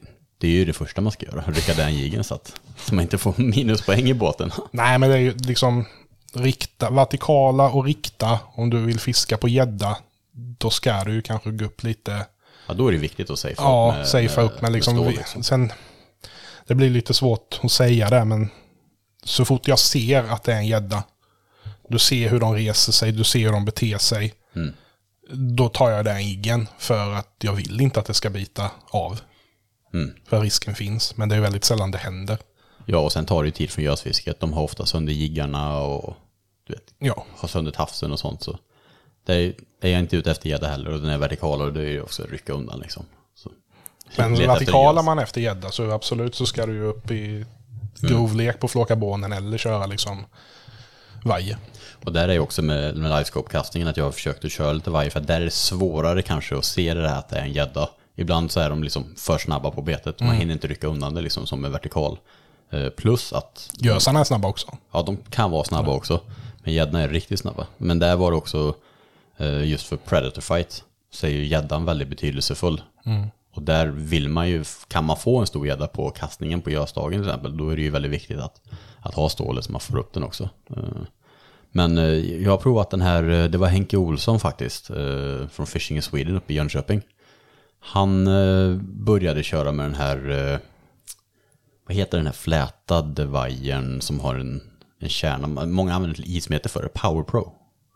det är ju det första man ska göra, rycka den jigen så att så man inte får minuspoäng i båten. Nej, men det är ju liksom rikta, vertikala och rikta. Om du vill fiska på gädda, då ska du ju kanske gå upp lite. Ja, då är det viktigt att safea ja, upp med, safea upp, men liksom, med liksom. Sen, det blir lite svårt att säga det, men så fort jag ser att det är en gädda, du ser hur de reser sig, du ser hur de beter sig, mm. då tar jag den jiggen för att jag vill inte att det ska bita av. Mm. För risken finns, men det är väldigt sällan det händer. Ja, och sen tar det ju tid från gösfisket. De har ofta sönder jiggarna och du vet, ja. har sönder tafsen och sånt. Så det är, är jag inte ute efter gädda heller, och den är vertikal och det är ju också rycka undan liksom. Så, men vertikalar man efter gädda så absolut så ska du ju upp i grovlek på flåkarbånen eller köra liksom vajer. Och där är ju också med, med livescope-kastningen att jag har försökt att köra lite vajer, för där är det svårare kanske att se det här att det är en gädda. Ibland så är de liksom för snabba på betet. Man mm. hinner inte rycka undan det liksom som är vertikal. Eh, plus att... Gösarna är snabba också. Ja, de kan vara snabba mm. också. Men gäddorna är riktigt snabba. Men där var det också eh, just för predator fight så är ju gäddan väldigt betydelsefull. Mm. Och där vill man ju, kan man få en stor gädda på kastningen på gösdagen till exempel, då är det ju väldigt viktigt att, att ha stålet så man får upp den också. Eh, men eh, jag har provat den här, det var Henke Olsson faktiskt, eh, från Fishing in Sweden uppe i Jönköping. Han eh, började köra med den här, eh, vad heter den här flätade vajern som har en, en kärna. Många använder till ismeter för det, Power Pro.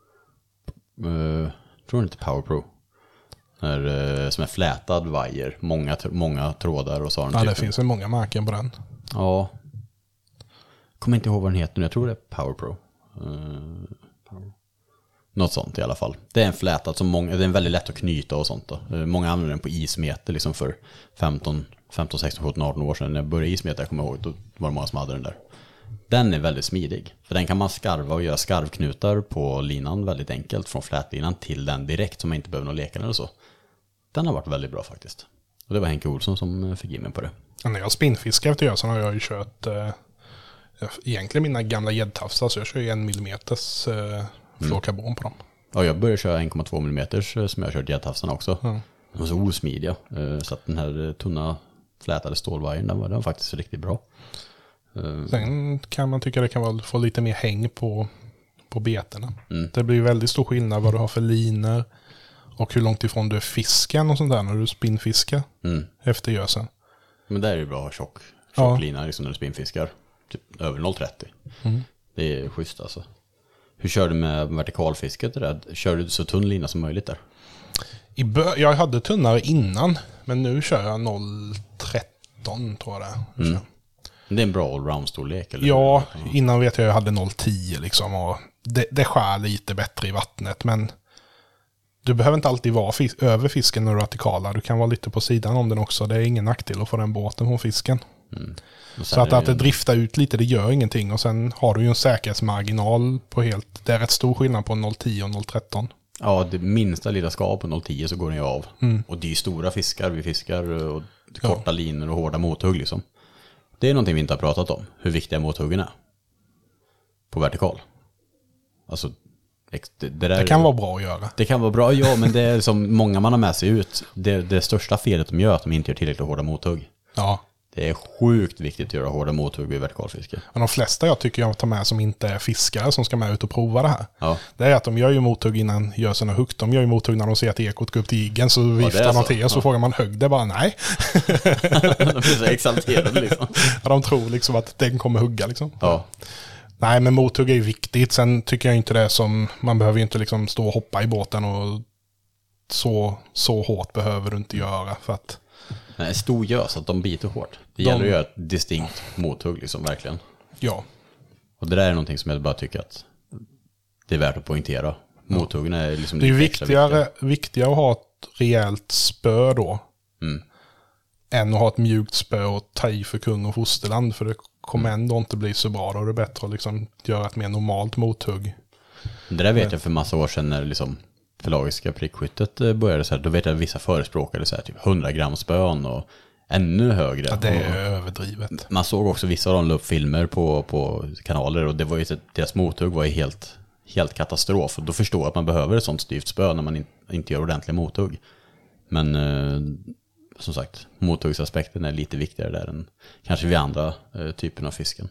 Eh, tror inte Power Pro. Här, eh, som är flätad vajer, många, många trådar och så. Ja, det finns väl många märken på den. Ja. Kommer inte ihåg vad den heter nu, jag tror det är Power Pro. Eh, Power. Något sånt i alla fall. Det är en flätad som många, det är väldigt lätt att knyta och sånt då. Många använder den på ismeter liksom för femton, sexton, sjutton, arton år sedan. När jag började ismeter, jag kommer ihåg, då var det många som hade den där. Den är väldigt smidig. För den kan man skarva och göra skarvknutar på linan väldigt enkelt. Från flätlinan till den direkt, som man inte behöver någon lekare eller så. Den har varit väldigt bra faktiskt. Och det var Henke Olsson som fick in mig på det. Ja, när jag spinnfiskar efter gösen har jag ju kört eh, egentligen mina gamla gäddtafsar, så jag kör ju en millimeters eh, flåkarbon på dem. Ja, jag började köra en komma två millimeters som jag har kört gäddtafsarna också. Mm. De var så osmidiga. Så att den här tunna flätade stålvajern, den var, den var faktiskt riktigt bra. Sen kan man tycka det kan vara, få lite mer häng på, på beterna. Mm. Det blir ju väldigt stor skillnad vad du har för linor och hur långt ifrån du är fisken och sånt där när du spinnfiskar mm. efter gösen. Men där är det bra att ha tjock, tjock ja. lina liksom när du spinnfiskar. Typ över noll komma trettio. Mm. Det är schysst alltså. Hur kör du med vertikalfisket där? Kör du så tunn lina som möjligt där? I bör- jag hade tunnare innan, men nu kör jag noll komma tretton tror jag det är. Mm. Det är en bra allround-storlek? Eller? Ja, innan vet jag att jag hade noll komma tio liksom, och det, det skär lite bättre i vattnet, men du behöver inte alltid vara fis- över fisken när du vertikalar. Du kan vara lite på sidan om den också. Det är ingen nackdel att få den båten från fisken. Mm. Så att, att det driftar ut lite, det gör ingenting. Och sen har du ju en säkerhetsmarginal på helt... Det är rätt stor skillnad på noll komma tio och noll komma tretton. Ja, det minsta lilla ska på noll komma tio så går den ju av. Mm. Och det är ju stora fiskar. Vi fiskar och korta ja. linor och hårda mothugg liksom. Det är någonting vi inte har pratat om. Hur viktiga mothuggen är. På vertikal. Alltså... Det, det, där, det kan vara bra att göra. Det kan vara bra, ja, men det är som många man har med sig ut. Det, det största felet de gör är att de inte gör tillräckligt hårda mothugg. Ja. Det är sjukt viktigt att göra hårda mothugg vid vertikalfiske. Men de flesta jag tycker jag tar med som inte är fiskare som ska med ut och prova det här. Ja. Det är att de gör ju mothugg innan gösen är högt. De gör ju mothugg när de ser att ekot går upp till jiggen, så viftar ja, de till och så ja. frågar man högg. Det bara nej. De blir så exalterade liksom. Ja, de tror liksom att den kommer hugga liksom. Ja. Nej, men mothugg är ju viktigt. Sen tycker jag inte det som... Man behöver ju inte liksom stå och hoppa i båten och så, så hårt behöver du inte göra för att... Nej, stor gös att de biter hårt. Det de... gäller att göra ett distinkt mothugg liksom, verkligen. Ja. Och det där är någonting som jag bara tycker att det är värt att poängtera. Mothuggen är liksom... Det är ju viktigare, viktigare att ha ett rejält spö då. Mm. Än att ha ett mjukt spö och ta i för kung och fosterland, för det kommer ändå inte bli så bra. Då är det bättre att liksom göra ett mer normalt mothugg. Det där vet jag för massa år sedan när liksom pelagiska prickskyttet började så här, då vet jag att vissa förespråkade så här, typ hundra gram spön och ännu högre. Ja, det är överdrivet. Man såg också vissa av dem la upp filmer på, på kanaler och det var ju så, deras mothugg var ju helt, helt katastrof. Och då förstår jag att man behöver ett sånt styvt spö när man in, inte gör ordentliga mothugg. Men som sagt, mottagsaspekten är lite viktigare där än kanske vid andra eh, typen av fisken.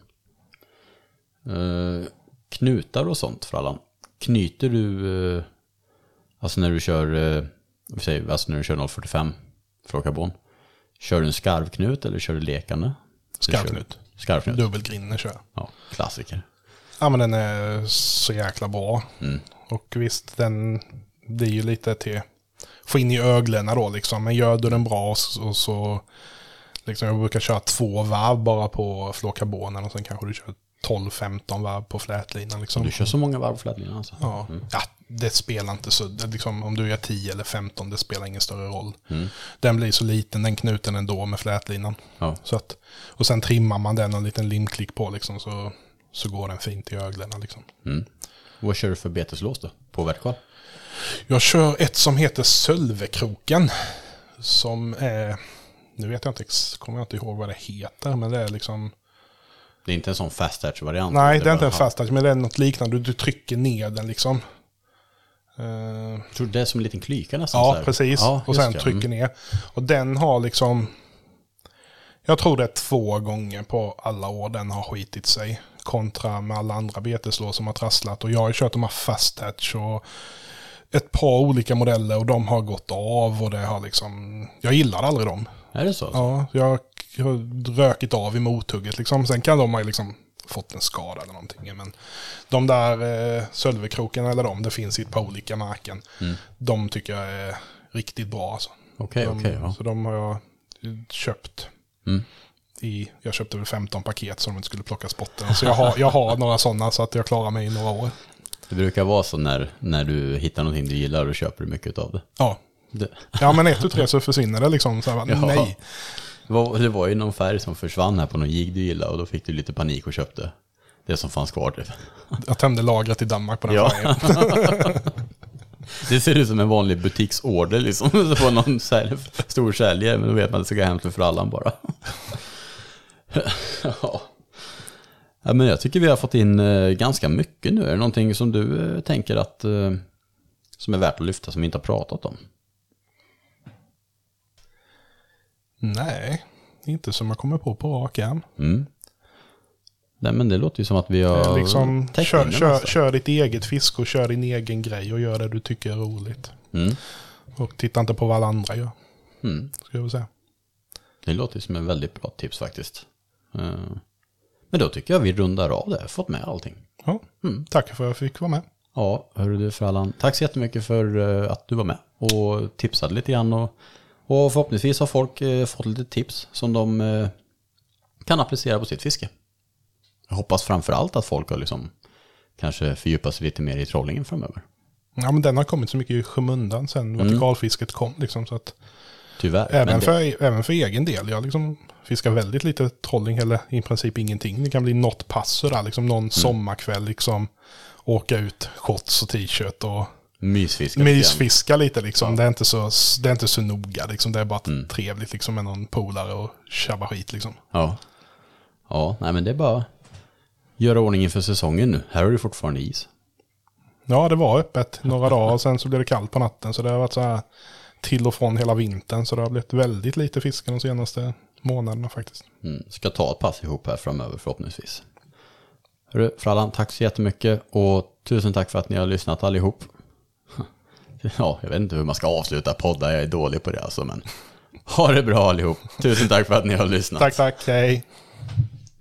Eh, knutar och sånt för alla. Knyter du, eh, alltså när du kör, eh, vi säger, alltså när du kör noll fyrtiofem flåkarbon, kör du en skarvknut eller kör du lekande? Skarvknut. Skarvknut. Dubbelgrinner kör jag. Ja, klassiker. Ja, men den är så jäkla bra. Mm. Och visst, den, det är ju lite till få in i öglorna då liksom. Men gör du den bra och, och så liksom, jag brukar köra två varv bara på flåkarbonen och sen kanske du kör tolv femton varv på flätlinan liksom. Du kör så många varv på flätlinan alltså? Ja, mm. ja det spelar inte så, liksom, om du gör tio eller femton, det spelar ingen större roll. Mm. Den blir så liten, den knuten ändå med flätlinan. Ja. Så att, och sen trimmar man den och en liten limklick på liksom, så, så går den fint i öglorna liksom. Mm. Vad kör du för beteslås då? På vertikal? Jag kör ett som heter Sölvekroken. Som är, nu vet jag inte, kommer jag inte ihåg vad det heter, men det är liksom... Det är inte en sån fast touch-variant? Nej, det är inte en fast touch, men det är något liknande. Du, du trycker ner den liksom. Uh, jag tror det är som en liten klyka nästan. Ja, så här. precis. Ja, och sen det. trycker Mm. ner. Och den har liksom... Jag tror det är två gånger på alla år den har skitit sig. Kontra med alla andra beteslår som har trasslat. Och jag har kört de här fast touch och ett par olika modeller och de har gått av och det har liksom... Jag gillar aldrig dem. Är det så? Ja, jag har rökit av i mothugget liksom. Sen kan de ha liksom fått en skada eller någonting. Men de där eh, Sölvekroken eller de, det finns i ett par olika märken. Mm. De tycker jag är riktigt bra alltså. Okej, okay, okej. Okay, ja. Så de har jag köpt. Mm. I, jag köpte väl femton paket som de inte skulle plocka spotten. Så jag har, jag har några sådana så att jag klarar mig i några år. Det brukar vara så när, när du hittar någonting du gillar och köper du mycket av det. Ja. Det. Ja, men ett och tre så försvinner det liksom. Så här, ja. Nej. Det var ju någon färg som försvann här på någon jigg du gillade och då fick du lite panik och köpte det som fanns kvar. Typ. Jag tömde lagret i Danmark på den ja. färgen. Det ser ut som en vanlig butiksorder liksom. På någon stor säljare, men då vet man att det ska gå hem till frallan bara. Ja. Ja, men jag tycker vi har fått in eh, ganska mycket nu. Är det någonting som du eh, tänker att eh, som är värt att lyfta som vi inte har pratat om? Nej, inte som jag kommer på på rak arm. Mm. Nej, men det låter ju som att vi har liksom, kör, kör, kör ditt eget fisk och kör din egen grej och gör det du tycker är roligt. Mm. Och titta inte på vad alla andra gör. Mm. Ska jag säga. Det låter som en väldigt bra tips faktiskt. Uh, men då tycker jag vi rundar av det. Fått med allting. Ja, mm. Tack för att jag fick vara med. Ja, hörru du Frallan. Tack så jättemycket för uh, att du var med och tipsade lite grann. Och, och förhoppningsvis har folk uh, fått lite tips som de uh, kan applicera på sitt fiske. Jag hoppas framförallt att folk har liksom kanske fördjupat sig lite mer i trollingen framöver. Ja, men den har kommit så mycket i skymundan sen mm. vertikalfisket kom. Liksom, så att tyvärr. Även, det... för, även för egen del. Jag liksom fiskar väldigt lite trolling eller i princip ingenting. Det kan bli något pass där, liksom någon mm. sommarkväll liksom åka ut shorts och t-shirt och mysfiska, mysfiska lite liksom. Ja. Det är inte så det är inte så noga liksom. Det är bara mm. trevligt liksom med någon polare och tjabba skit liksom. Ja. Ja, nej men det är bara göra ordningen för säsongen nu. Här är det fortfarande is. Ja, det var öppet några dagar och sen så blev det kallt på natten så det har varit så här till och från hela vintern så det har blivit väldigt lite fiske de senaste månaderna faktiskt. Mm. Ska ta ett pass ihop här framöver förhoppningsvis. Hörru, Frallan, tack så jättemycket och tusen tack för att ni har lyssnat allihop. Ja, jag vet inte hur man ska avsluta podda, jag är dålig på det alltså, men ha det bra allihop. Tusen tack för att ni har lyssnat. Tack, tack, hej.